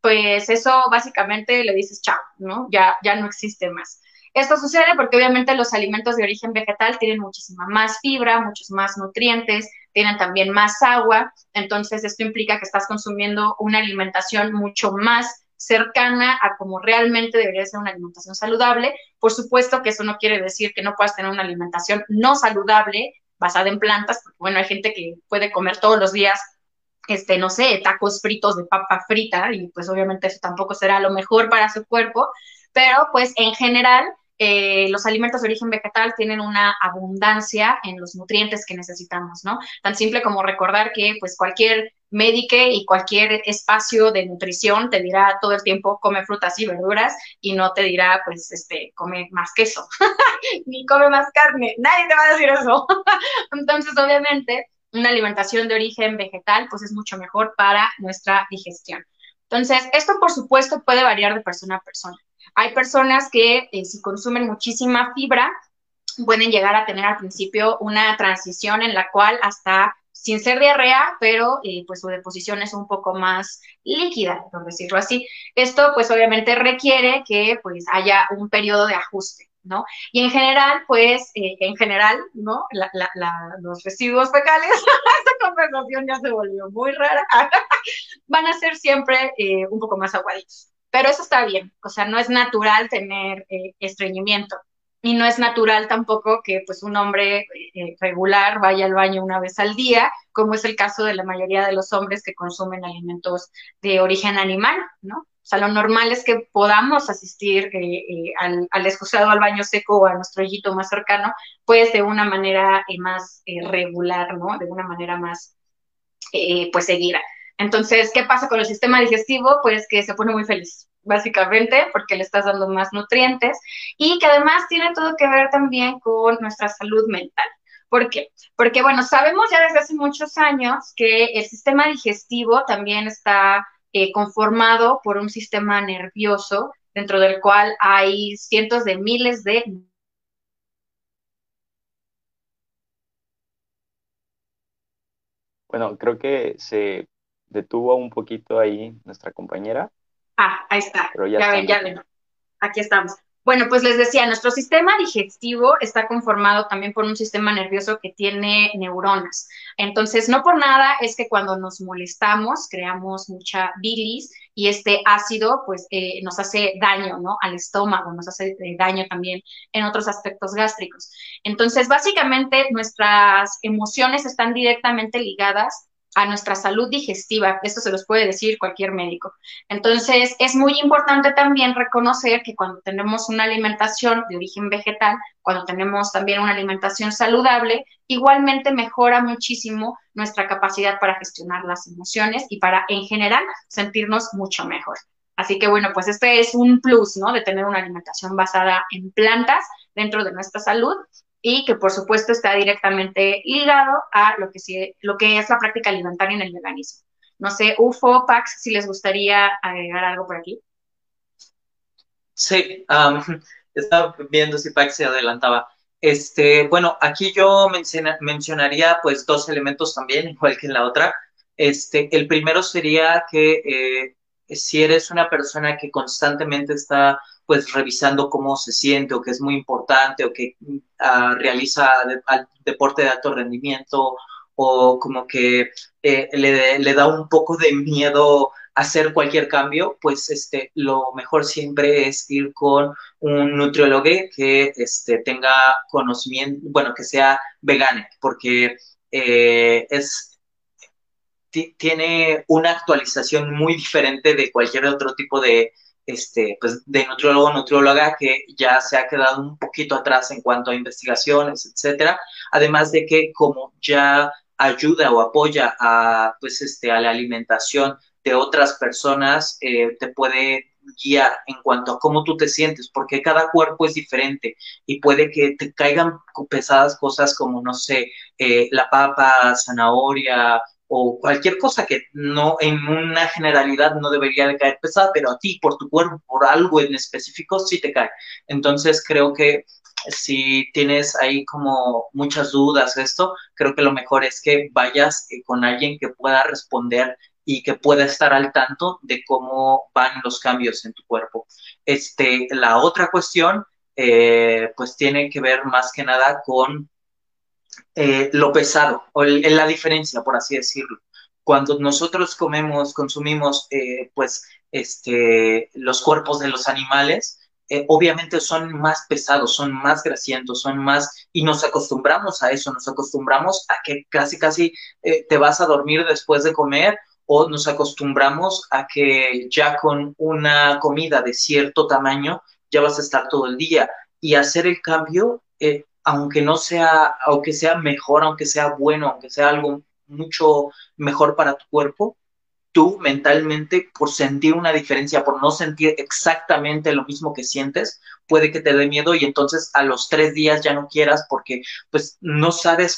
pues eso básicamente le dices chao, ¿no? Ya no existe más. Esto sucede porque obviamente los alimentos de origen vegetal tienen muchísima más fibra, muchos más nutrientes, tienen también más agua, entonces esto implica que estás consumiendo una alimentación mucho más cercana a como realmente debería ser una alimentación saludable. Por supuesto que eso no quiere decir que no puedas tener una alimentación no saludable basada en plantas, porque bueno, hay gente que puede comer todos los días no sé, tacos fritos de papa frita y pues obviamente eso tampoco será lo mejor para su cuerpo, pero pues en general los alimentos de origen vegetal tienen una abundancia en los nutrientes que necesitamos, ¿no? Tan simple como recordar que pues cualquier médico y cualquier espacio de nutrición te dirá todo el tiempo come frutas y verduras y no te dirá pues come más queso ni come más carne, nadie te va a decir eso. Entonces obviamente una alimentación de origen vegetal, pues es mucho mejor para nuestra digestión. Entonces, esto por supuesto puede variar de persona a persona. Hay personas que si consumen muchísima fibra, pueden llegar a tener al principio una transición en la cual hasta sin ser diarrea, pero pues su deposición es un poco más líquida, por decirlo así. Esto pues obviamente requiere que pues haya un periodo de ajuste, ¿no? Y en general, pues, ¿no? Los residuos fecales, esta conversación ya se volvió muy rara, van a ser siempre un poco más aguaditos. Pero eso está bien, o sea, no es natural tener estreñimiento y no es natural tampoco que pues un hombre regular vaya al baño una vez al día, como es el caso de la mayoría de los hombres que consumen alimentos de origen animal, ¿no? O sea, lo normal es que podamos asistir al excusado, al baño seco o a nuestro hoyito más cercano, pues de una manera más regular, ¿no? De una manera más, pues, seguida. Entonces, ¿qué pasa con el sistema digestivo? Pues que se pone muy feliz, básicamente, porque le estás dando más nutrientes y que además tiene todo que ver también con nuestra salud mental. ¿Por qué? Porque, bueno, sabemos ya desde hace muchos años que el sistema digestivo también está conformado por un sistema nervioso dentro del cual hay cientos de miles de... Bueno, creo que se detuvo un poquito ahí nuestra compañera, Ah, ahí está, pero ya estamos. ya ven. Aquí estamos. Bueno, pues les decía, nuestro sistema digestivo está conformado también por un sistema nervioso que tiene neuronas. Entonces, no por nada es que cuando nos molestamos creamos mucha bilis y este ácido pues nos hace daño, ¿no? Al estómago, nos hace daño también en otros aspectos gástricos. Entonces, básicamente nuestras emociones están directamente ligadas a nuestra salud digestiva. Esto se los puede decir cualquier médico. Entonces, es muy importante también reconocer que cuando tenemos una alimentación de origen vegetal, cuando tenemos también una alimentación saludable, igualmente mejora muchísimo nuestra capacidad para gestionar las emociones y para, en general, sentirnos mucho mejor. Así que bueno, pues este es un plus, ¿no? De tener una alimentación basada en plantas dentro de nuestra salud y que por supuesto está directamente ligado a lo que es la práctica alimentaria en el veganismo. No sé, UFO, Pax, si les gustaría agregar algo por aquí. Sí, estaba viendo si Pax se adelantaba. Bueno, aquí yo mencionaría pues dos elementos también, igual que en la otra. El primero sería que si eres una persona que constantemente está pues revisando cómo se siente o que es muy importante o que realiza deporte de alto rendimiento o como que le da un poco de miedo hacer cualquier cambio, pues lo mejor siempre es ir con un nutriólogo que tenga conocimiento, bueno, que sea vegano, porque tiene una actualización muy diferente de cualquier otro tipo de, pues, de nutriólogo o nutrióloga que ya se ha quedado un poquito atrás en cuanto a investigaciones, etcétera. Además de que como ya ayuda o apoya a, pues, a la alimentación de otras personas, te puede guiar en cuanto a cómo tú te sientes, porque cada cuerpo es diferente y puede que te caigan pesadas cosas como, no sé, la papa, zanahoria, o cualquier cosa que no en una generalidad no debería de caer pesada, pero a ti, por tu cuerpo, por algo en específico, sí te cae. Entonces creo que si tienes ahí como muchas dudas esto, creo que lo mejor es que vayas con alguien que pueda responder y que pueda estar al tanto de cómo van los cambios en tu cuerpo. La otra cuestión, pues tiene que ver más que nada con lo pesado, o la diferencia, por así decirlo. Cuando nosotros consumimos, pues, los cuerpos de los animales, obviamente son más pesados, son más grasientos, son más, y nos acostumbramos a eso, nos acostumbramos a que casi, casi te vas a dormir después de comer, o nos acostumbramos a que ya con una comida de cierto tamaño ya vas a estar todo el día. Y hacer el cambio, aunque no sea, aunque sea mejor, aunque sea bueno, aunque sea algo mucho mejor para tu cuerpo, tú mentalmente, por sentir una diferencia, por no sentir exactamente lo mismo que sientes, puede que te dé miedo y entonces a los 3 días ya no quieras porque pues no sabes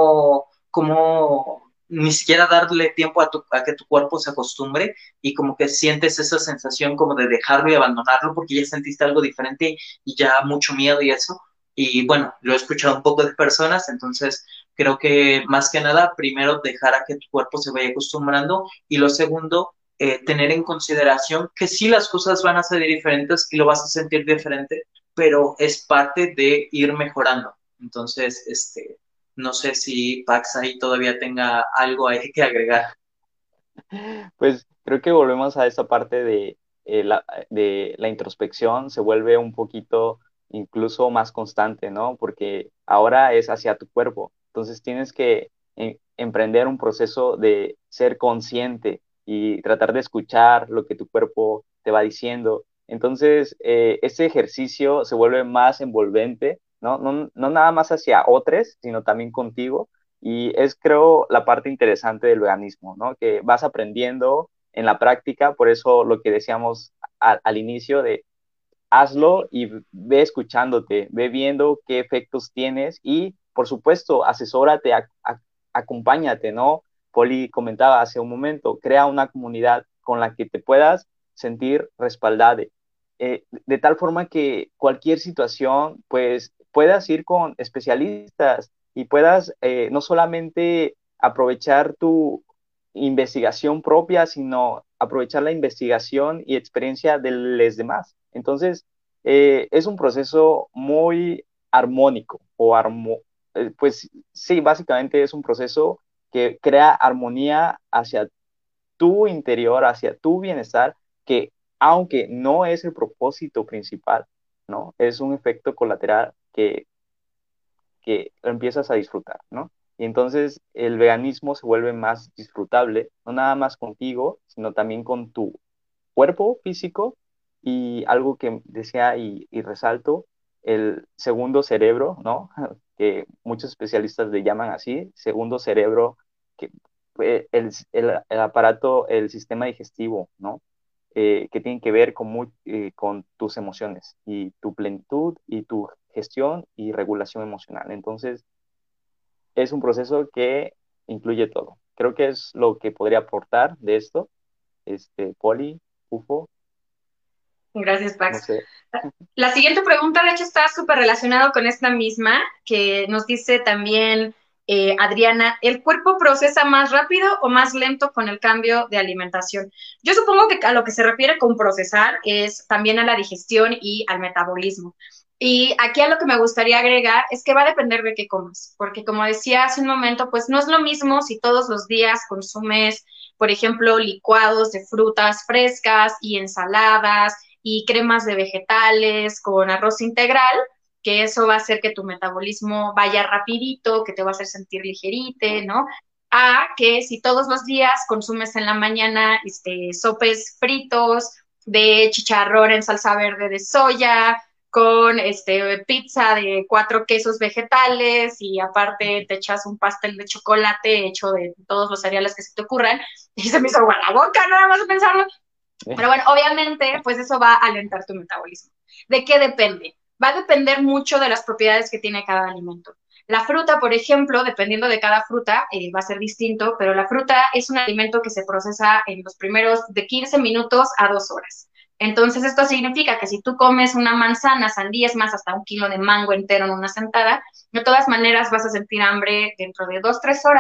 cómo ni siquiera darle tiempo a que tu cuerpo se acostumbre y como que sientes esa sensación como de dejarlo y abandonarlo porque ya sentiste algo diferente y ya mucho miedo y eso. Y bueno, lo he escuchado un poco de personas, entonces creo que más que nada, primero dejar a que tu cuerpo se vaya acostumbrando y lo segundo, tener en consideración que sí las cosas van a ser diferentes y lo vas a sentir diferente, pero es parte de ir mejorando. Entonces, no sé si Pax ahí todavía tenga algo ahí que agregar. Pues creo que volvemos a esta parte de la introspección, se vuelve un poquito incluso más constante, ¿no? Porque ahora es hacia tu cuerpo, entonces tienes que emprender un proceso de ser consciente y tratar de escuchar lo que tu cuerpo te va diciendo. Entonces, este ejercicio se vuelve más envolvente, ¿no? No nada más hacia otros, sino también contigo y es, creo, la parte interesante del veganismo, ¿no? Que vas aprendiendo en la práctica, por eso lo que decíamos al inicio de hazlo y ve escuchándote, ve viendo qué efectos tienes y, por supuesto, asesórate, acompáñate, ¿no? Poli comentaba hace un momento, crea una comunidad con la que te puedas sentir respaldada, de tal forma que cualquier situación, pues, puedas ir con especialistas y puedas no solamente aprovechar tu investigación propia, sino aprovechar la investigación y experiencia de los demás. Entonces, es un proceso muy armónico pues sí, básicamente es un proceso que crea armonía hacia tu interior, hacia tu bienestar, que aunque no es el propósito principal, ¿no? Es un efecto colateral que empiezas a disfrutar, ¿no? Y entonces el veganismo se vuelve más disfrutable, no nada más contigo, sino también con tu cuerpo físico y algo que decía y resalto, el segundo cerebro, ¿no? Que muchos especialistas le llaman así, segundo cerebro, que el aparato, el sistema digestivo, ¿no? Que tienen que ver con tus emociones y tu plenitud y tu gestión y regulación emocional. Entonces, es un proceso que incluye todo. Creo que es lo que podría aportar de esto, Poli, UFO, Gracias, no Pax. sé. La siguiente pregunta, de hecho, está súper relacionado con esta misma, que nos dice también Adriana, ¿el cuerpo procesa más rápido o más lento con el cambio de alimentación? Yo supongo que a lo que se refiere con procesar es también a la digestión y al metabolismo. Y aquí a lo que me gustaría agregar es que va a depender de qué comas, porque como decía hace un momento, pues no es lo mismo si todos los días consumes, por ejemplo, licuados de frutas frescas y ensaladas y cremas de vegetales con arroz integral, que eso va a hacer que tu metabolismo vaya rapidito, que te va a hacer sentir ligerite, ¿no? A que si todos los días consumes en la mañana sopes fritos de chicharrón en salsa verde de soya, con pizza de 4 quesos vegetales y aparte te echas un pastel de chocolate hecho de todos los cereales que se te ocurran, y se me hizo agua la boca nada más de pensarlo. Pero bueno, obviamente, pues eso va a alentar tu metabolismo. ¿De qué depende? Va a depender mucho de las propiedades que tiene cada alimento. La fruta, por ejemplo, dependiendo de cada fruta, va a ser distinto, pero la fruta es un alimento que se procesa en los primeros de 15 minutos a 2 horas. Entonces, esto significa que si tú comes una manzana, sandía, es más, hasta 1 kilo de mango entero en una sentada, de todas maneras vas a sentir hambre dentro de 2, 3 horas.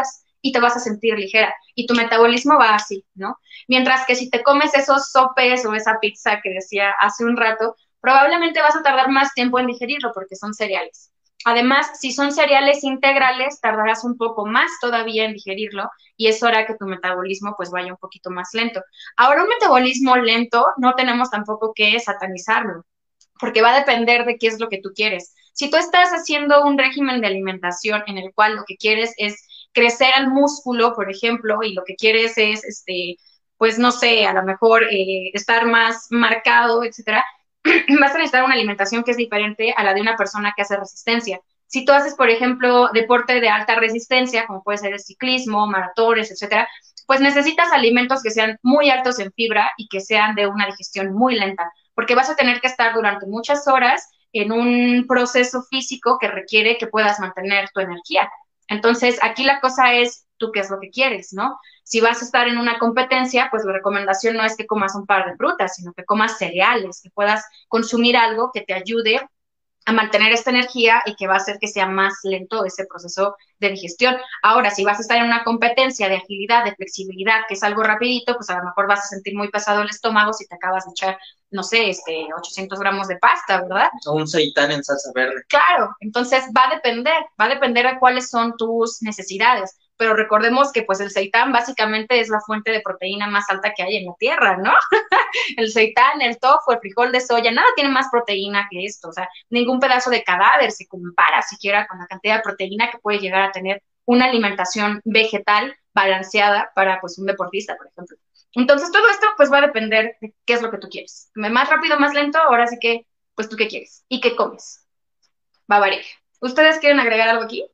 y te vas a sentir ligera y tu metabolismo va así, ¿no? Mientras que si te comes esos sopes o esa pizza que decía hace un rato, probablemente vas a tardar más tiempo en digerirlo porque son cereales. Además, si son cereales integrales, tardarás un poco más todavía en digerirlo y eso hará que tu metabolismo pues vaya un poquito más lento. Ahora, un metabolismo lento no tenemos tampoco que satanizarlo, porque va a depender de qué es lo que tú quieres. Si tú estás haciendo un régimen de alimentación en el cual lo que quieres es crecer al músculo, por ejemplo, y lo que quieres es, pues no sé, a lo mejor estar más marcado, etcétera, vas a necesitar una alimentación que es diferente a la de una persona que hace resistencia. Si tú haces, por ejemplo, deporte de alta resistencia, como puede ser el ciclismo, maratones, etcétera, pues necesitas alimentos que sean muy altos en fibra y que sean de una digestión muy lenta, porque vas a tener que estar durante muchas horas en un proceso físico que requiere que puedas mantener tu energía. Entonces, aquí la cosa es tú qué es lo que quieres, ¿no? Si vas a estar en una competencia, pues la recomendación no es que comas un par de frutas, sino que comas cereales, que puedas consumir algo que te ayude a mantener esta energía y que va a hacer que sea más lento ese proceso de digestión. Ahora, si vas a estar en una competencia de agilidad, de flexibilidad, que es algo rapidito, pues a lo mejor vas a sentir muy pesado el estómago si te acabas de echar, no sé, 800 gramos de pasta, ¿verdad? O un seitán en salsa verde. Claro, entonces va a depender de cuáles son tus necesidades. Pero recordemos que pues el seitán básicamente es la fuente de proteína más alta que hay en la tierra, ¿no? El seitán, el tofu, el frijol de soya, nada tiene más proteína que esto, o sea, ningún pedazo de cadáver se compara siquiera con la cantidad de proteína que puede llegar a tener una alimentación vegetal balanceada para pues un deportista, por ejemplo. Entonces todo esto pues va a depender de qué es lo que tú quieres. Más rápido, más lento, ahora sí que pues tú qué quieres y qué comes. Va a variar. ¿Ustedes quieren agregar algo aquí?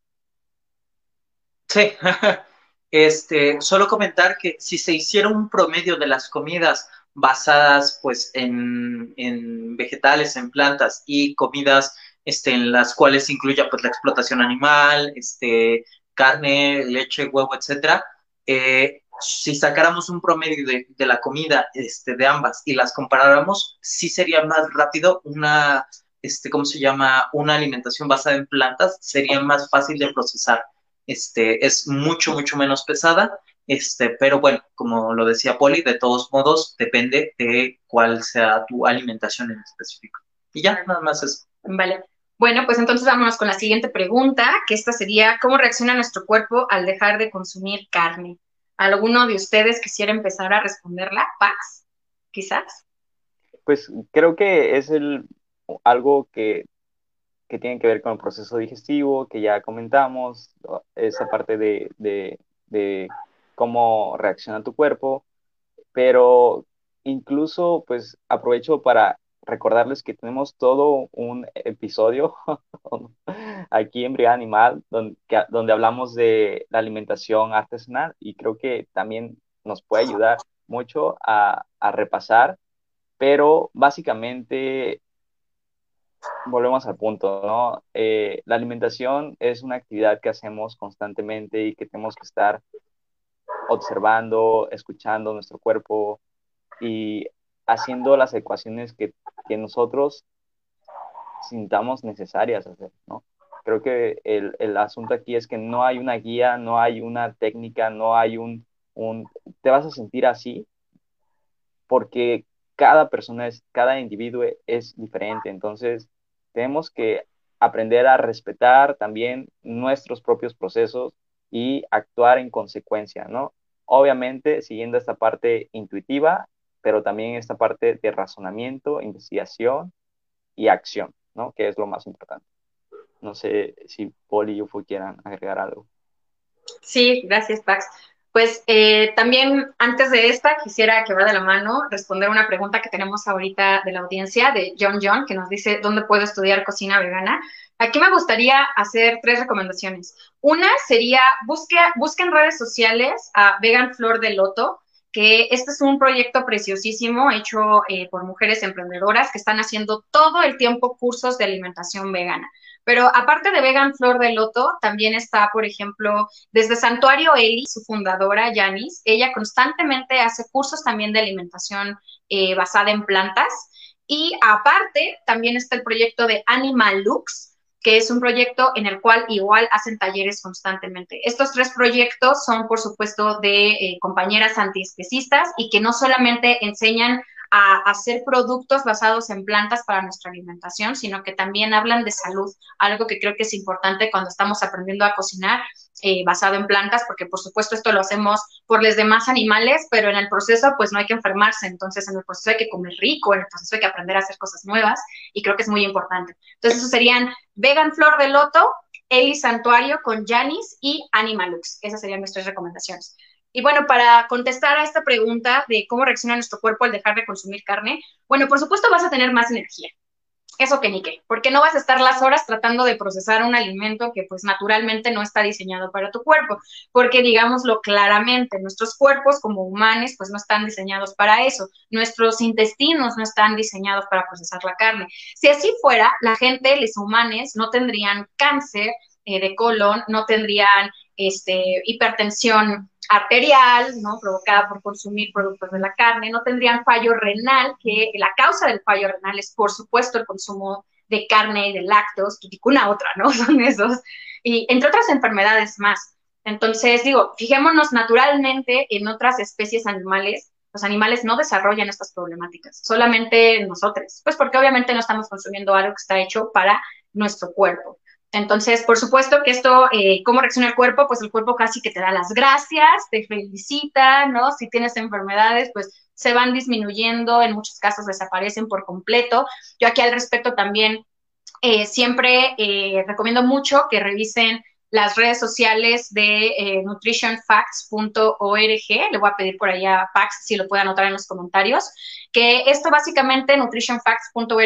Sí, solo comentar que si se hiciera un promedio de las comidas basadas pues en vegetales, en plantas y comidas en las cuales incluya pues la explotación animal, carne, leche, huevo, etcétera, si sacáramos un promedio de la comida de ambas y las comparáramos, sí sería más rápido ¿cómo se llama? Una alimentación basada en plantas, sería más fácil de procesar. Es mucho, mucho menos pesada, pero bueno, como lo decía Poli, de todos modos depende de cuál sea tu alimentación en específico. Y ya, nada más eso. Vale. Bueno, pues entonces vámonos con la siguiente pregunta, que esta sería, ¿cómo reacciona nuestro cuerpo al dejar de consumir carne? ¿Alguno de ustedes quisiera empezar a responderla? Pax, quizás. Pues creo que es algo que tiene que ver con el proceso digestivo, que ya comentamos, esa parte de cómo reacciona tu cuerpo, pero incluso pues aprovecho para recordarles que tenemos todo un episodio aquí en Brigada Animal donde hablamos de la alimentación artesanal y creo que también nos puede ayudar mucho a repasar, pero básicamente volvemos al punto, ¿no? La alimentación es una actividad que hacemos constantemente y que tenemos que estar observando, escuchando nuestro cuerpo y haciendo las ecuaciones que nosotros sintamos necesarias hacer, ¿no? Creo que el asunto aquí es que no hay una guía, no hay una técnica, no hay te vas a sentir así porque cada persona cada individuo es diferente. Entonces, tenemos que aprender a respetar también nuestros propios procesos y actuar en consecuencia, ¿no? Obviamente, siguiendo esta parte intuitiva, pero también esta parte de razonamiento, investigación y acción, ¿no? Que es lo más importante. No sé si Paul y Ufo quieran agregar algo. Sí, gracias, Pax. Pues también antes de esta quisiera que va de la mano responder una pregunta que tenemos ahorita de la audiencia de John, que nos dice ¿dónde puedo estudiar cocina vegana? Aquí me gustaría hacer 3 recomendaciones. Una sería busque en redes sociales a Vegan Flor de Loto, que este es un proyecto preciosísimo hecho por mujeres emprendedoras que están haciendo todo el tiempo cursos de alimentación vegana. Pero aparte de Vegan Flor de Loto, también está, por ejemplo, desde Santuario Eli, su fundadora, Yanis, ella constantemente hace cursos también de alimentación basada en plantas. Y aparte, también está el proyecto de Animal Lux, que es un proyecto en el cual igual hacen talleres constantemente. Estos 3 proyectos son, por supuesto, de compañeras antiespecistas y que no solamente enseñan a hacer productos basados en plantas para nuestra alimentación, sino que también hablan de salud, algo que creo que es importante cuando estamos aprendiendo a cocinar basado en plantas, porque por supuesto esto lo hacemos por los demás animales, pero en el proceso pues no hay que enfermarse, entonces en el proceso hay que comer rico, en el proceso hay que aprender a hacer cosas nuevas y creo que es muy importante. Entonces esos serían Vegan Flor de Loto, Eli Santuario con Janis y Animalux. Esas serían nuestras recomendaciones. Y bueno, para contestar a esta pregunta de cómo reacciona nuestro cuerpo al dejar de consumir carne, bueno, por supuesto vas a tener más energía. Eso que ni qué, porque no vas a estar las horas tratando de procesar un alimento que pues naturalmente no está diseñado para tu cuerpo, porque digámoslo claramente, nuestros cuerpos como humanos pues no están diseñados para eso, nuestros intestinos no están diseñados para procesar la carne. Si así fuera, la gente, los humanos, no tendrían cáncer de colon, no tendrían hipertensión arterial, ¿no? Provocada por consumir productos de la carne, no tendrían fallo renal, que la causa del fallo renal es, por supuesto, el consumo de carne y de lácteos, una otra, ¿no? Son esos, y entre otras enfermedades más. Entonces, digo, fijémonos naturalmente en otras especies animales, los animales no desarrollan estas problemáticas, solamente nosotros, pues porque obviamente no estamos consumiendo algo que está hecho para nuestro cuerpo. Entonces, por supuesto que esto, ¿cómo reacciona el cuerpo? Pues el cuerpo casi que te da las gracias, te felicita, ¿no? Si tienes enfermedades, pues se van disminuyendo, en muchos casos desaparecen por completo. Yo aquí al respecto también siempre recomiendo mucho que revisen las redes sociales de nutritionfacts.org. Le voy a pedir por ahí a Pax si lo puede anotar en los comentarios. Que esto básicamente, nutritionfacts.org,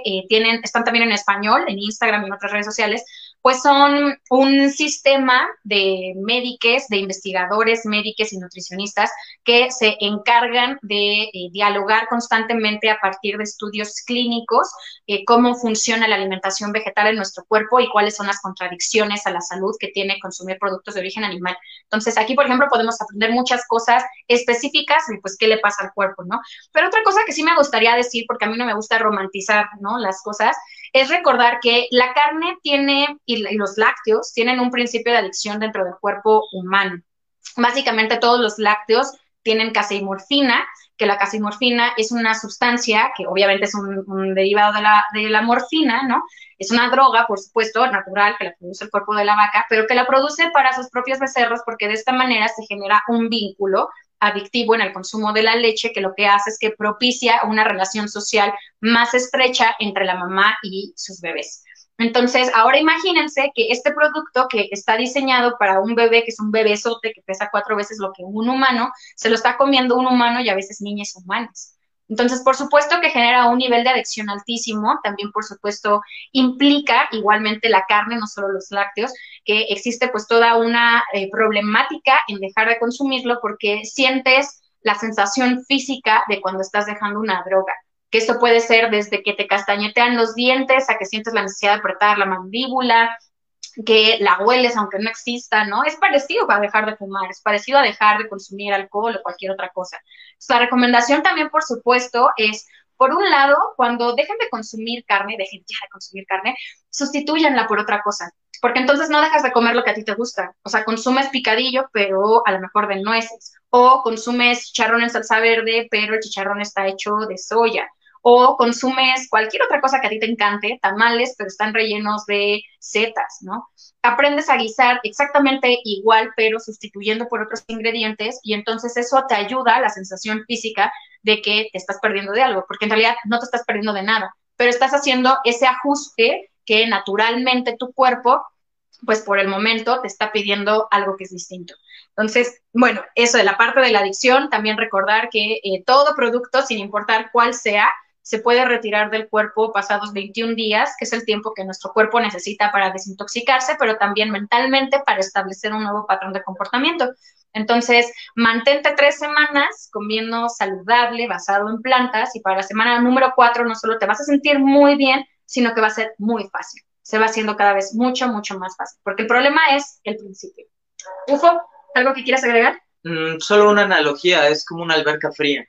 están también en español, en Instagram y en otras redes sociales, pues son un sistema de médicos, de investigadores, médicos y nutricionistas que se encargan de dialogar constantemente a partir de estudios clínicos cómo funciona la alimentación vegetal en nuestro cuerpo y cuáles son las contradicciones a la salud que tiene consumir productos de origen animal. Entonces, aquí, por ejemplo, podemos aprender muchas cosas específicas de, pues, qué le pasa al cuerpo, ¿no? Pero otra cosa que sí me gustaría decir, porque a mí no me gusta romantizar, ¿no?, las cosas, es recordar que la carne tiene, y los lácteos tienen un principio de adicción dentro del cuerpo humano. Básicamente todos los lácteos tienen caseimorfina, que la caseimorfina es una sustancia que obviamente es un derivado de la morfina, ¿no? Es una droga, por supuesto, natural, que la produce el cuerpo de la vaca, pero que la produce para sus propios becerros porque de esta manera se genera un vínculo adictivo en el consumo de la leche, que lo que hace es que propicia una relación social más estrecha entre la mamá y sus bebés. Entonces, ahora imagínense que este producto que está diseñado para un bebé, que es un bebesote que pesa 4 veces lo que un humano, se lo está comiendo un humano y a veces niñas humanas. Entonces, por supuesto que genera un nivel de adicción altísimo, también por supuesto implica igualmente la carne, no solo los lácteos, que existe pues toda una problemática en dejar de consumirlo porque sientes la sensación física de cuando estás dejando una droga, que esto puede ser desde que te castañetean los dientes a que sientes la necesidad de apretar la mandíbula, que la hueles aunque no exista, ¿no? Es parecido a dejar de fumar, es parecido a dejar de consumir alcohol o cualquier otra cosa. Entonces, la recomendación también, por supuesto, es, por un lado, cuando dejen de consumir carne, dejen ya de consumir carne, sustitúyanla por otra cosa, porque entonces no dejas de comer lo que a ti te gusta. O sea, consumes picadillo, pero a lo mejor de nueces, o consumes chicharrón en salsa verde, pero el chicharrón está hecho de soya, o consumes cualquier otra cosa que a ti te encante, tamales, pero están rellenos de setas, ¿no? Aprendes a guisar exactamente igual, pero sustituyendo por otros ingredientes, y entonces eso te ayuda a la sensación física de que te estás perdiendo de algo, porque en realidad no te estás perdiendo de nada, pero estás haciendo ese ajuste que naturalmente tu cuerpo, pues por el momento te está pidiendo algo que es distinto. Entonces, bueno, eso de la parte de la adicción, también recordar que todo producto, sin importar cuál sea, se puede retirar del cuerpo pasados 21 días, que es el tiempo que nuestro cuerpo necesita para desintoxicarse, pero también mentalmente para establecer un nuevo patrón de comportamiento. Entonces, mantente 3 semanas comiendo saludable, basado en plantas, y para la semana número 4 no solo te vas a sentir muy bien, sino que va a ser muy fácil. Se va haciendo cada vez mucho, mucho más fácil, porque el problema es el principio. Ufo, ¿algo que quieras agregar? Solo una analogía, es como una alberca fría.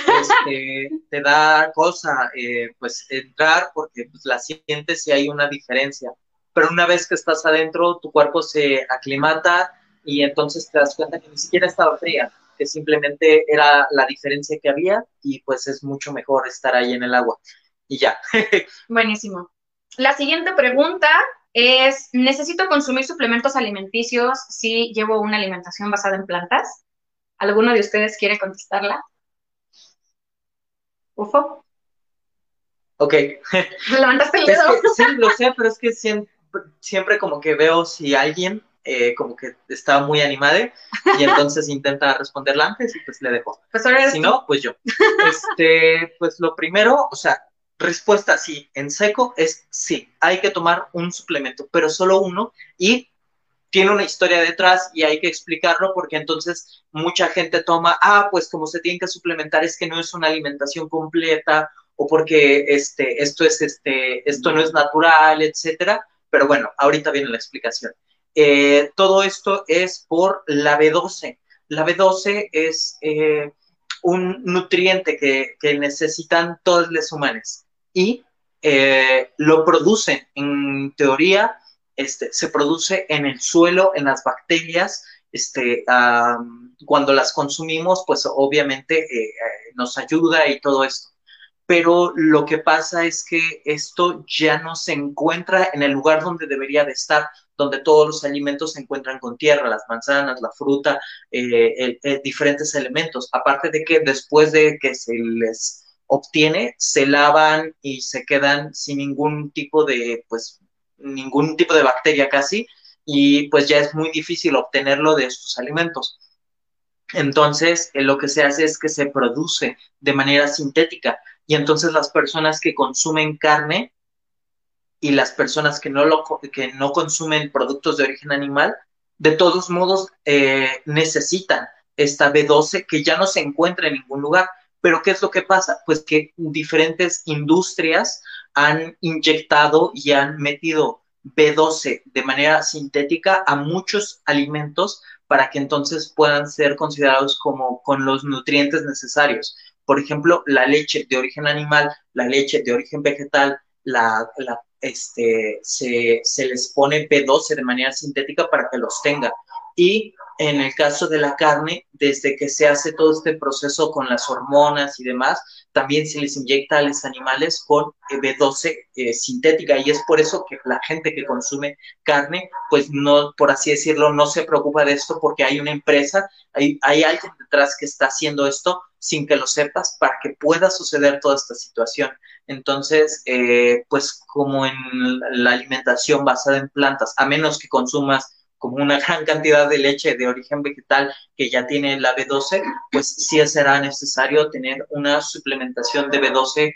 Te da cosa pues entrar porque pues, la sientes y hay una diferencia, pero una vez que estás adentro, tu cuerpo se aclimata y entonces te das cuenta que ni siquiera estaba fría, que simplemente era la diferencia que había y pues es mucho mejor estar ahí en el agua. Y ya. Buenísimo. La siguiente pregunta es, ¿necesito consumir suplementos alimenticios si llevo una alimentación basada en plantas? ¿Alguno de ustedes quiere contestarla? Ufo, Ok. levantaste el Es dedo. que sí, lo sé, pero es que siempre como que veo si alguien como que está muy animado y entonces intenta responderla antes y pues le dejo. Pues ahora eres Si tú. no, pues yo. Pues lo primero, o sea, respuesta sí, en seco es sí, hay que tomar un suplemento, pero solo uno y tiene una historia detrás y hay que explicarlo porque entonces mucha gente toma, pues como se tiene que suplementar es que no es una alimentación completa o porque esto no es natural, etcétera. Pero bueno, ahorita viene la explicación. Todo esto es por la B12. La B12 es un nutriente que necesitan todos los humanos y lo producen en teoría se produce en el suelo, en las bacterias. Cuando las consumimos, pues obviamente nos ayuda y todo esto. Pero lo que pasa es que esto ya no se encuentra en el lugar donde debería de estar, donde todos los alimentos se encuentran con tierra, las manzanas, la fruta, diferentes elementos. Aparte de que después de que se les obtiene, se lavan y se quedan sin ningún tipo de bacteria casi, y pues ya es muy difícil obtenerlo de estos alimentos. Entonces, lo que se hace es que se produce de manera sintética y entonces las personas que consumen carne y las personas que no consumen productos de origen animal, de todos modos necesitan esta B12 que ya no se encuentra en ningún lugar. Pero ¿qué es lo que pasa? Pues que diferentes industrias han inyectado y han metido B12 de manera sintética a muchos alimentos para que entonces puedan ser considerados como con los nutrientes necesarios. Por ejemplo, la leche de origen animal, la leche de origen vegetal, se les pone B12 de manera sintética para que los tenga. Y en el caso de la carne, desde que se hace todo este proceso con las hormonas y demás, también se les inyecta a los animales con B12 sintética y es por eso que la gente que consume carne, pues no, por así decirlo, no se preocupa de esto porque hay una empresa, hay alguien detrás que está haciendo esto sin que lo sepas para que pueda suceder toda esta situación. Entonces, pues como en la alimentación basada en plantas, a menos que consumas como una gran cantidad de leche de origen vegetal que ya tiene la B12, pues sí será necesario tener una suplementación de B12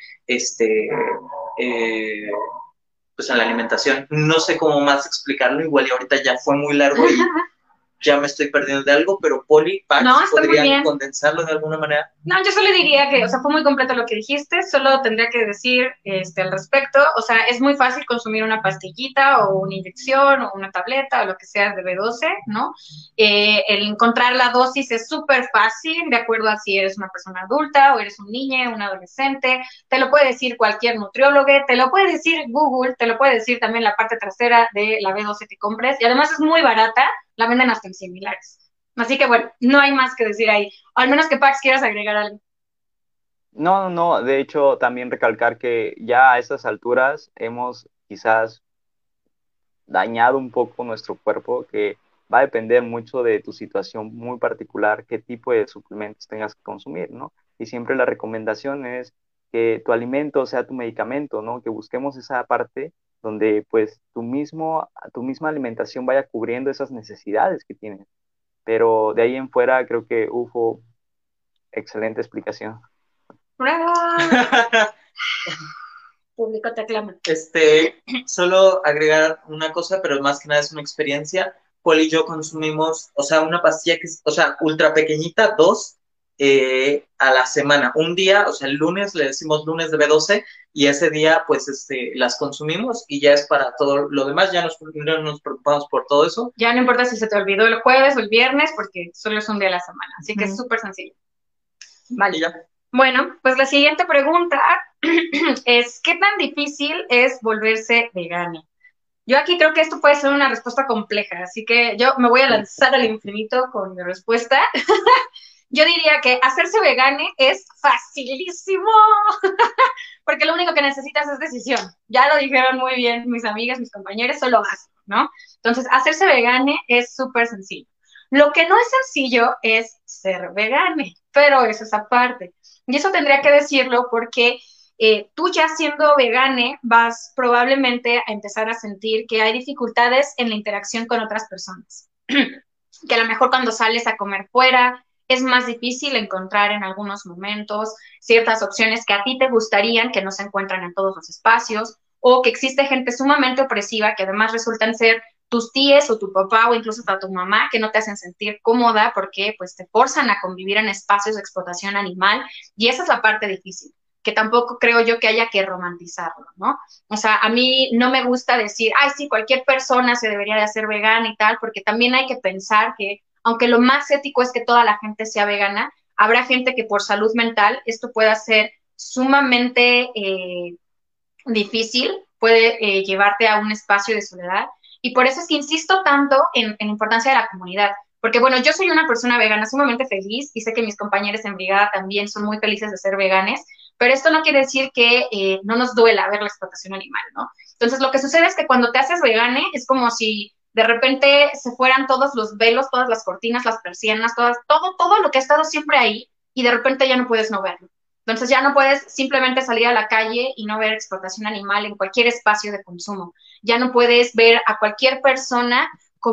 pues en la alimentación. No sé cómo más explicarlo, igual y ahorita ya fue muy largo y ya me estoy perdiendo de algo, pero Poli, Pax, No, está muy ¿podrían bien. condensarlo de alguna manera? No, yo solo diría que, o sea, fue muy completo lo que dijiste, solo tendría que decir al respecto, o sea, es muy fácil consumir una pastillita o una inyección o una tableta o lo que sea de B12, ¿no? El encontrar la dosis es súper fácil, de acuerdo a si eres una persona adulta o eres un niño, un adolescente, te lo puede decir cualquier nutriólogo, te lo puede decir Google, te lo puede decir también la parte trasera de la B12 que compres, y además es muy barata, la venden hasta en similares. Así que bueno, no hay más que decir ahí. Al menos que Pax quieras agregar algo. No, no, no, de hecho también recalcar que ya a estas alturas hemos quizás dañado un poco nuestro cuerpo, que va a depender mucho de tu situación muy particular, qué tipo de suplementos tengas que consumir, ¿no? Y siempre la recomendación es que tu alimento sea tu medicamento, ¿no? Que busquemos esa parte donde pues tu misma alimentación vaya cubriendo esas necesidades que tienes. Pero de ahí en fuera creo que UFO, excelente explicación. ¡Bravo! Público te aclama. Solo agregar una cosa, pero más que nada es una experiencia. Paul y yo consumimos, o sea, una pastilla que es, o sea, ultra pequeñita, dos a la semana. Un día, o sea, el lunes le decimos lunes de B12 y ese día, pues, las consumimos y ya es para todo lo demás. Ya no nos preocupamos por todo eso. Ya no importa si se te olvidó el jueves o el viernes, porque solo es un día a la semana. Así que es súper sencillo. Vale. Ya. Bueno, pues la siguiente pregunta es, ¿qué tan difícil es volverse vegano? Yo aquí creo que esto puede ser una respuesta compleja, así que yo me voy a lanzar al infinito con mi respuesta. Yo diría que hacerse vegane es facilísimo, porque lo único que necesitas es decisión. Ya lo dijeron muy bien mis amigas, mis compañeros, solo hazlo, ¿no? Entonces, hacerse vegane es súper sencillo. Lo que no es sencillo es ser vegane, pero eso es aparte. Y eso tendría que decirlo porque tú ya siendo vegane vas probablemente a empezar a sentir que hay dificultades en la interacción con otras personas. Que a lo mejor cuando sales a comer fuera es más difícil encontrar en algunos momentos ciertas opciones que a ti te gustarían, que no se encuentran en todos los espacios, o que existe gente sumamente opresiva que además resultan ser tus tíes o tu papá o incluso hasta tu mamá que no te hacen sentir cómoda porque pues te forzan a convivir en espacios de explotación animal y esa es la parte difícil que tampoco creo yo que haya que romantizarlo, ¿no? O sea, a mí no me gusta decir, ay, sí, cualquier persona se debería de hacer vegana y tal, porque también hay que pensar que, aunque lo más ético es que toda la gente sea vegana, habrá gente que por salud mental esto pueda ser sumamente difícil, puede llevarte a un espacio de soledad. Y por eso es que insisto tanto en la importancia de la comunidad. Porque bueno, yo soy una persona vegana sumamente feliz y sé que mis compañeros en brigada también son muy felices de ser veganes, pero esto no quiere decir que no nos duela ver la explotación animal, ¿no? Entonces lo que sucede es que cuando te haces vegane es como si de repente se fueran todos los velos, todas las cortinas, las persianas, todo lo que ha estado siempre ahí y de repente ya no puedes no verlo. Entonces ya no puedes simplemente salir a la calle y no ver explotación animal en cualquier espacio de consumo. Ya no puedes ver a cualquier persona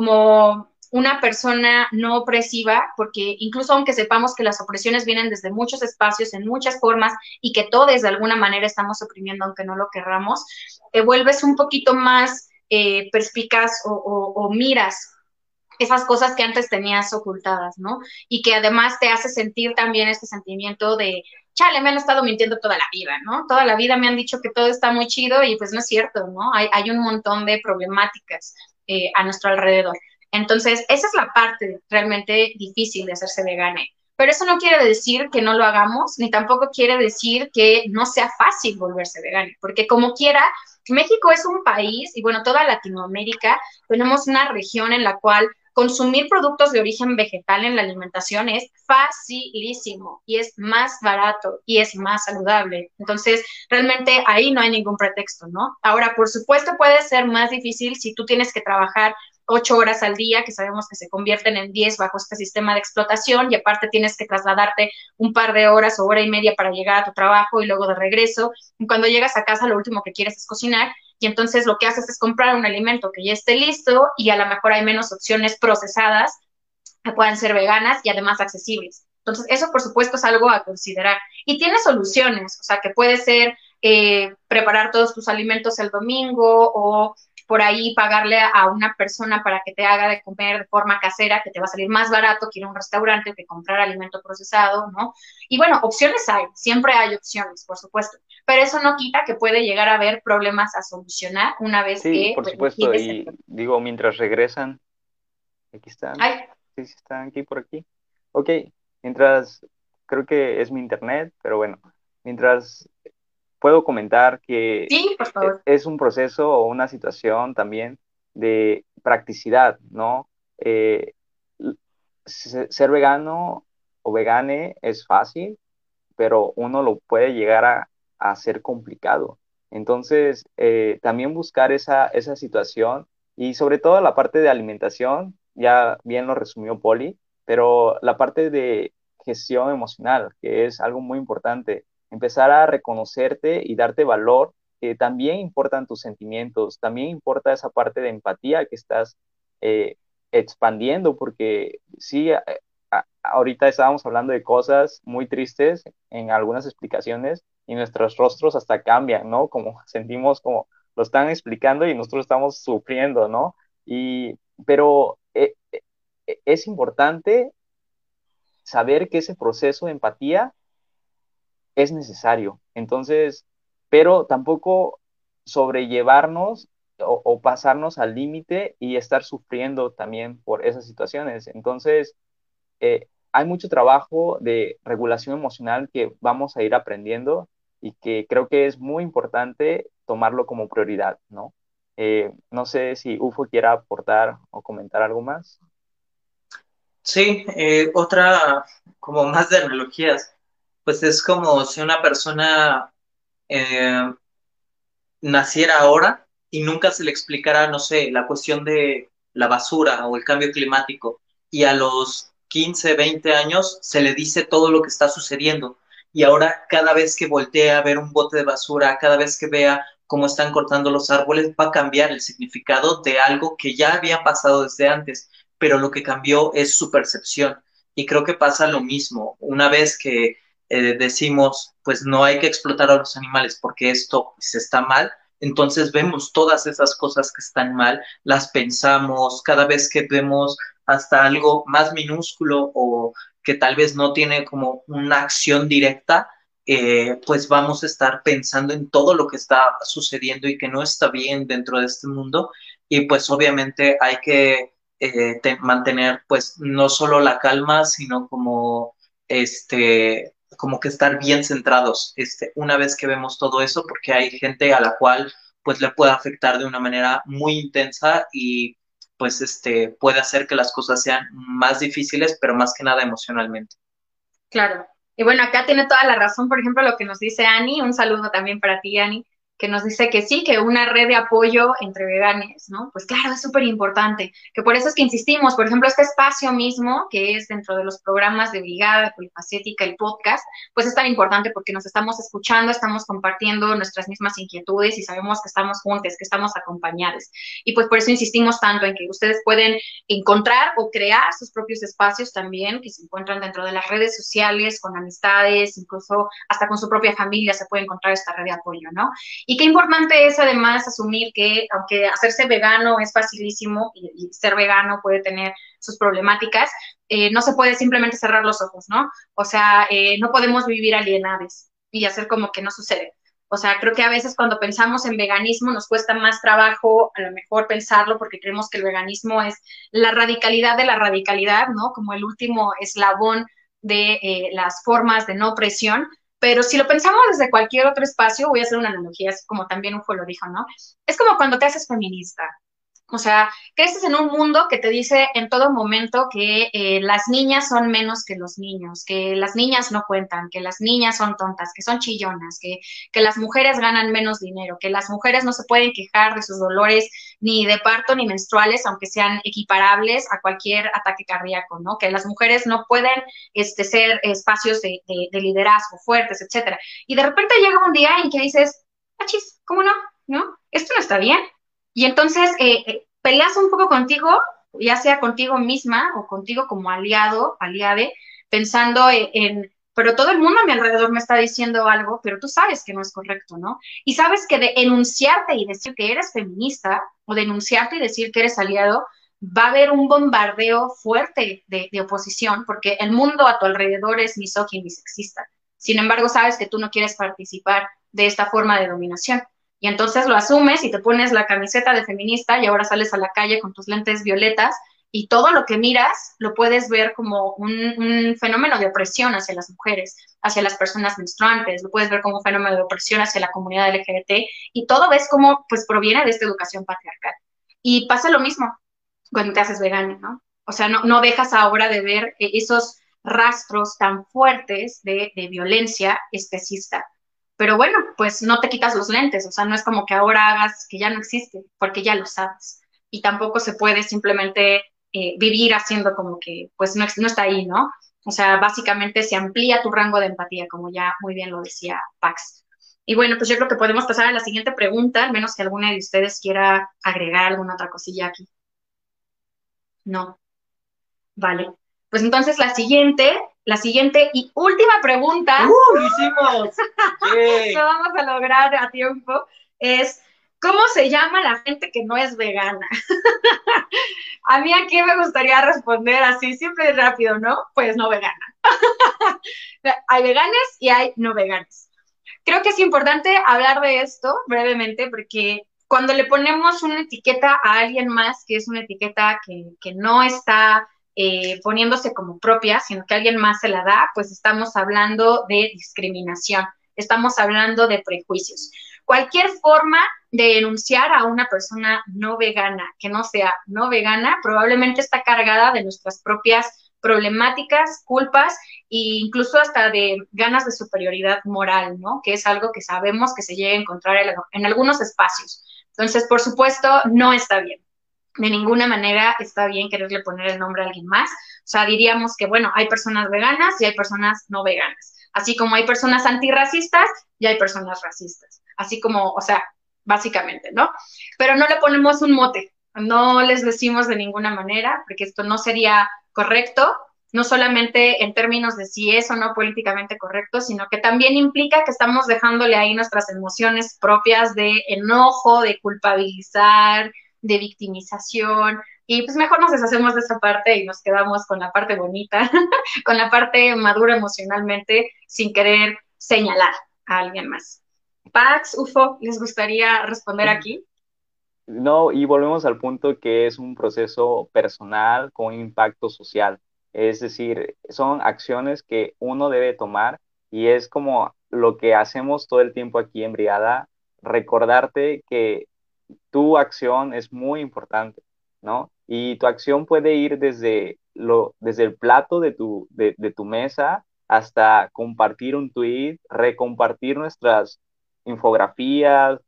como una persona no opresiva, porque incluso aunque sepamos que las opresiones vienen desde muchos espacios, en muchas formas, y que todos de alguna manera estamos oprimiendo aunque no lo querramos, te vuelves un poquito más perspicaz o miras esas cosas que antes tenías ocultadas, ¿no? Y que además te hace sentir también este sentimiento de, chale, me han estado mintiendo toda la vida, ¿no? Toda la vida me han dicho que todo está muy chido y pues no es cierto, ¿no? Hay un montón de problemáticas a nuestro alrededor. Entonces, esa es la parte realmente difícil de hacerse vegane. Pero eso no quiere decir que no lo hagamos, ni tampoco quiere decir que no sea fácil volverse vegano, porque como quiera, México es un país, y bueno, toda Latinoamérica, tenemos una región en la cual consumir productos de origen vegetal en la alimentación es facilísimo y es más barato y es más saludable. Entonces, realmente ahí no hay ningún pretexto, ¿no? Ahora, por supuesto, puede ser más difícil si tú tienes que trabajar 8 horas al día, que sabemos que se convierten en 10 bajo este sistema de explotación, y aparte tienes que trasladarte un par de horas o hora y media para llegar a tu trabajo y luego de regreso. Y cuando llegas a casa, lo último que quieres es cocinar, y entonces lo que haces es comprar un alimento que ya esté listo y a lo mejor hay menos opciones procesadas que puedan ser veganas y además accesibles. Entonces, eso por supuesto es algo a considerar. Y tiene soluciones, o sea, que puede ser preparar todos tus alimentos el domingo o por ahí pagarle a una persona para que te haga de comer de forma casera, que te va a salir más barato que ir a un restaurante que comprar alimento procesado, ¿no? Y bueno, opciones hay, siempre hay opciones, por supuesto, pero eso no quita que puede llegar a haber problemas a solucionar una vez Sí, que por pues, supuesto, decides el... y digo, mientras regresan, aquí están, Ay, sí, sí están aquí por aquí. Ok, mientras, creo que es mi internet, pero bueno, mientras puedo comentar que sí, por favor. es un proceso o una situación también de practicidad, ¿no? Eh, Ser vegano o vegane es fácil, pero uno lo puede llegar a ser complicado. Entonces, también buscar esa situación y sobre todo la parte de alimentación, ya bien lo resumió Poli, pero la parte de gestión emocional, que es algo muy importante, empezar a reconocerte y darte valor, que también importan tus sentimientos, también importa esa parte de empatía que estás eh, expandiendo, porque sí, ahorita estábamos hablando de cosas muy tristes en algunas explicaciones y nuestros rostros hasta cambian, ¿no? Como sentimos como lo están explicando y nosotros estamos sufriendo, ¿no? Pero es importante saber que ese proceso de empatía es necesario. Entonces, pero tampoco sobrellevarnos o pasarnos al límite y estar sufriendo también por esas situaciones. Entonces, hay mucho trabajo de regulación emocional que vamos a ir aprendiendo y que creo que es muy importante tomarlo como prioridad, ¿no? No sé si UFO quiera aportar o comentar algo más. Sí, otra como más de analogías, pues es como si una persona eh, naciera ahora y nunca se le explicara, no sé, la cuestión de la basura o el cambio climático, y a los 15, 20 años se le dice todo lo que está sucediendo, y ahora cada vez que voltee a ver un bote de basura, cada vez que vea cómo están cortando los árboles, va a cambiar el significado de algo que ya había pasado desde antes, pero lo que cambió es su percepción. Y creo que pasa lo mismo. Una vez que decimos, pues no hay que explotar a los animales porque esto pues, está mal, entonces vemos todas esas cosas que están mal, las pensamos, cada vez que vemos hasta algo más minúsculo o que tal vez no tiene como una acción directa, pues vamos a estar pensando en todo lo que está sucediendo y que no está bien dentro de este mundo, y pues obviamente hay que mantener pues no solo la calma, sino como como que estar bien centrados, una vez que vemos todo eso, porque hay gente a la cual pues le puede afectar de una manera muy intensa y pues puede hacer que las cosas sean más difíciles, pero más que nada emocionalmente. Claro. Y bueno, acá tiene toda la razón, por ejemplo, lo que nos dice Ani, un saludo también para ti, Ani, que nos dice que sí, que una red de apoyo entre veganes, ¿no? Pues claro, es súper importante, que por eso es que insistimos, por ejemplo, este espacio mismo, que es dentro de los programas de Brigada Polifacética, el podcast, pues es tan importante porque nos estamos escuchando, estamos compartiendo nuestras mismas inquietudes y sabemos que estamos juntos, que estamos acompañados. Y pues por eso insistimos tanto en que ustedes pueden encontrar o crear sus propios espacios también, que se encuentran dentro de las redes sociales, con amistades, incluso hasta con su propia familia se puede encontrar esta red de apoyo, ¿no? Y qué importante es además asumir que aunque hacerse vegano es facilísimo y ser vegano puede tener sus problemáticas, no se puede simplemente cerrar los ojos, ¿no? O sea, no podemos vivir alienados y hacer como que no sucede. O sea, creo que a veces cuando pensamos en veganismo nos cuesta más trabajo a lo mejor pensarlo porque creemos que el veganismo es la radicalidad de la radicalidad, ¿no? Como el último eslabón de las formas de no presión. Pero si lo pensamos desde cualquier otro espacio, voy a hacer una analogía, así como también Ufo lo dijo, ¿no? Es como cuando te haces feminista. O sea, creces en un mundo que te dice en todo momento que las niñas son menos que los niños, que las niñas no cuentan, que las niñas son tontas, que son chillonas, que las mujeres ganan menos dinero, que las mujeres no se pueden quejar de sus dolores ni de parto ni menstruales, aunque sean equiparables a cualquier ataque cardíaco, ¿no? Que las mujeres no pueden ser espacios de liderazgo fuertes, etcétera. Y de repente llega un día en que dices, achis, ¿cómo no? ¿No? Esto no está bien. Y entonces peleas un poco contigo, ya sea contigo misma o contigo como aliado, aliade, pensando pero todo el mundo a mi alrededor me está diciendo algo, pero tú sabes que no es correcto, ¿no? Y sabes que de enunciarte y decir que eres feminista o denunciarte y decir que eres aliado, va a haber un bombardeo fuerte de oposición, porque el mundo a tu alrededor es misógino y sexista. Sin embargo, sabes que tú no quieres participar de esta forma de dominación. Y entonces lo asumes y te pones la camiseta de feminista y ahora sales a la calle con tus lentes violetas y todo lo que miras lo puedes ver como un fenómeno de opresión hacia las mujeres, hacia las personas menstruantes, lo puedes ver como un fenómeno de opresión hacia la comunidad LGBT y todo ves como pues proviene de esta educación patriarcal. Y pasa lo mismo cuando te haces vegana, ¿no? O sea, no dejas ahora de ver esos rastros tan fuertes de violencia especista. Pero bueno, pues no te quitas los lentes, o sea, no es como que ahora hagas que ya no existe, porque ya lo sabes. Y tampoco se puede simplemente vivir haciendo como que pues no está ahí, ¿no? O sea, básicamente se amplía tu rango de empatía, como ya muy bien lo decía Pax. Y bueno, pues yo creo que podemos pasar a la siguiente pregunta, al menos que alguna de ustedes quiera agregar alguna otra cosilla aquí. No, vale. Pues entonces la siguiente y última pregunta. ¡Lo hicimos! Lo vamos a lograr a tiempo. Es, ¿cómo se llama la gente que no es vegana? A mí aquí me gustaría responder así, siempre rápido, ¿no? Pues no vegana. Hay veganes y hay no veganos. Creo que es importante hablar de esto brevemente porque cuando le ponemos una etiqueta a alguien más, que es una etiqueta que no está poniéndose como propia, sino que alguien más se la da, pues estamos hablando de discriminación, estamos hablando de prejuicios. cualquier forma de enunciar a una persona no vegana, que no sea no vegana, probablemente está cargada de nuestras propias problemáticas, culpas e incluso hasta de ganas de superioridad moral, ¿no? Que es algo que sabemos que se llega a encontrar en algunos espacios. Entonces, por supuesto, no está bien. De ninguna manera está bien quererle poner el nombre a alguien más. O sea, diríamos que, bueno, hay personas veganas y hay personas no veganas. Así como hay personas antirracistas y hay personas racistas. Así como, o sea, básicamente, ¿no? Pero no le ponemos un mote, no les decimos de ninguna manera, porque esto no sería correcto, no solamente en términos de si es o no políticamente correcto, sino que también implica que estamos dejándole ahí nuestras emociones propias de enojo, de culpabilizar, de victimización, y pues mejor nos deshacemos de esa parte y nos quedamos con la parte bonita, con la parte madura emocionalmente, sin querer señalar a alguien más. Pax, UFO, ¿les gustaría responder aquí? No, y volvemos al punto que es un proceso personal con impacto social. Es decir, son acciones que uno debe tomar y es como lo que hacemos todo el tiempo aquí en Brigada, recordarte que tu acción es muy importante, ¿no? Y tu acción puede ir desde el plato de tu mesa hasta compartir un tweet, recompartir nuestras infografías,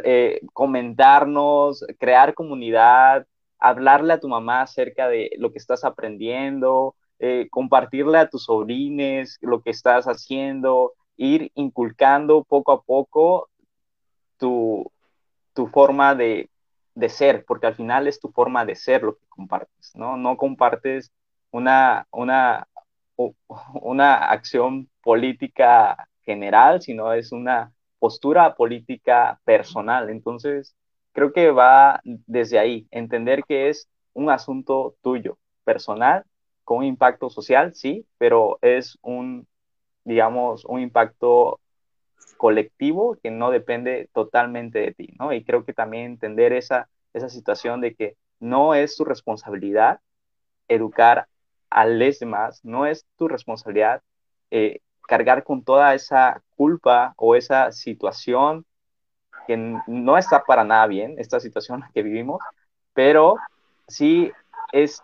comentarnos, crear comunidad, hablarle a tu mamá acerca de lo que estás aprendiendo, compartirle a tus sobrines lo que estás haciendo, ir inculcando poco a poco tu, tu forma de ser, porque al final es tu forma de ser lo que compartes, ¿no? No compartes una, una, una acción política general, sino es una postura política personal. Entonces, creo que va desde ahí, entender que es un asunto tuyo, personal, con un impacto social, sí, pero es digamos, un impacto colectivo que no depende totalmente de ti, ¿no? Y creo que también entender esa situación de que no es tu responsabilidad educar a los demás, no es tu responsabilidad cargar con toda esa culpa o esa situación que no está para nada bien, esta situación que vivimos, pero sí es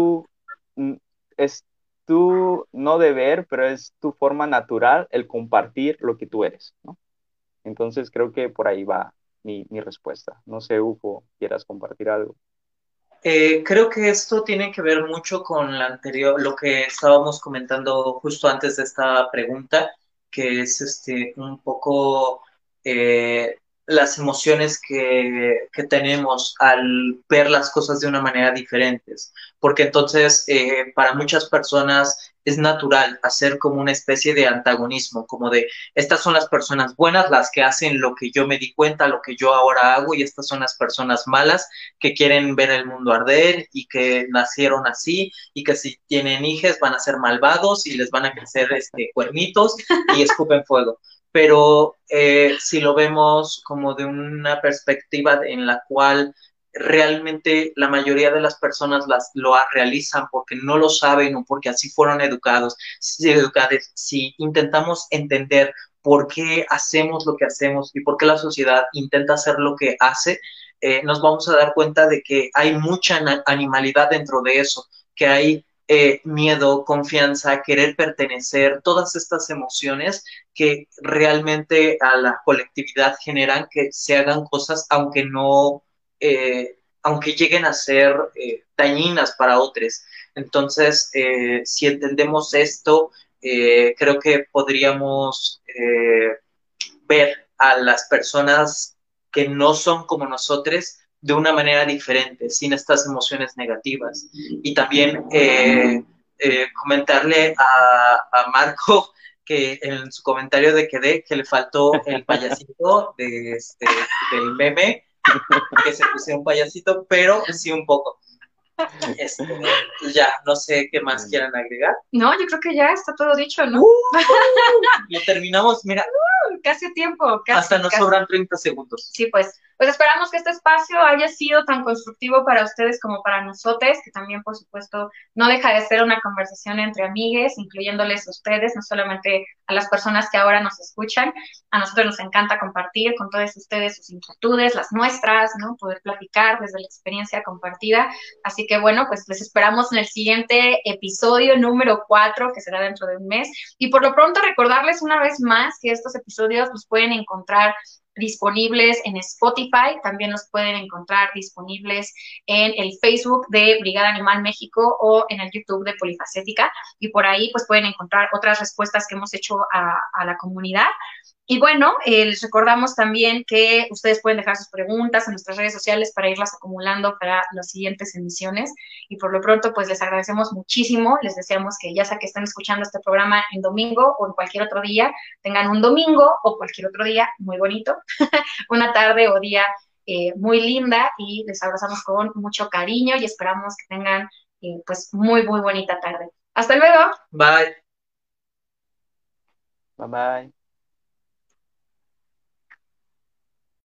es tu no deber, pero es tu forma natural el compartir lo que tú eres, ¿no? Entonces creo que por ahí va mi respuesta. No sé, Ufo, quieras compartir algo. Creo que esto tiene que ver mucho con la anterior, lo que estábamos comentando justo antes de esta pregunta, que es un poco eh, las emociones que tenemos al ver las cosas de una manera diferente. Porque entonces para muchas personas es natural hacer como una especie de antagonismo, como de estas son las personas buenas, las que hacen lo que yo me di cuenta, lo que yo ahora hago, y estas son las personas malas que quieren ver el mundo arder y que nacieron así y que si tienen hijos van a ser malvados y les van a crecer cuernitos y escupen fuego. Pero si lo vemos como de una perspectiva en la cual realmente la mayoría de las personas lo realizan porque no lo saben o porque así fueron educados, si intentamos entender por qué hacemos lo que hacemos y por qué la sociedad intenta hacer lo que hace, nos vamos a dar cuenta de que hay mucha animalidad dentro de eso, que hay miedo, confianza, querer pertenecer, todas estas emociones que realmente a la colectividad generan que se hagan cosas aunque no, aunque lleguen a ser dañinas para otros. Entonces, si entendemos esto, creo que podríamos ver a las personas que no son como nosotros de una manera diferente, sin estas emociones negativas. Y también comentarle a Marco que en su comentario de que le faltó el payasito del meme, que se pusiera un payasito, pero sí un poco. Ya, no sé qué más quieran agregar. No, yo creo que ya está todo dicho, ¿no? Lo terminamos, mira. Casi tiempo, casi. Hasta nos sobran 30 segundos. Sí, pues. Pues esperamos que este espacio haya sido tan constructivo para ustedes como para nosotros, que también, por supuesto, no deja de ser una conversación entre amigues, incluyéndoles a ustedes, no solamente a las personas que ahora nos escuchan. A nosotros nos encanta compartir con todos ustedes sus inquietudes, las nuestras, ¿no? Poder platicar desde la experiencia compartida. Así que bueno, pues les esperamos en el siguiente episodio número 4, que será dentro de un mes. Y por lo pronto recordarles una vez más que estos episodios los pueden encontrar disponibles en Spotify, también los pueden encontrar disponibles en el Facebook de Brigada Animal México o en el YouTube de Polifacética, y por ahí pues pueden encontrar otras respuestas que hemos hecho a la comunidad. Y bueno, les recordamos también que ustedes pueden dejar sus preguntas en nuestras redes sociales para irlas acumulando para las siguientes emisiones. Y por lo pronto, pues les agradecemos muchísimo. Les deseamos que ya sea que estén escuchando este programa en domingo o en cualquier otro día, tengan un domingo o cualquier otro día muy bonito, una tarde o día muy linda, y les abrazamos con mucho cariño y esperamos que tengan pues muy bonita tarde. Hasta luego. Bye. Bye bye.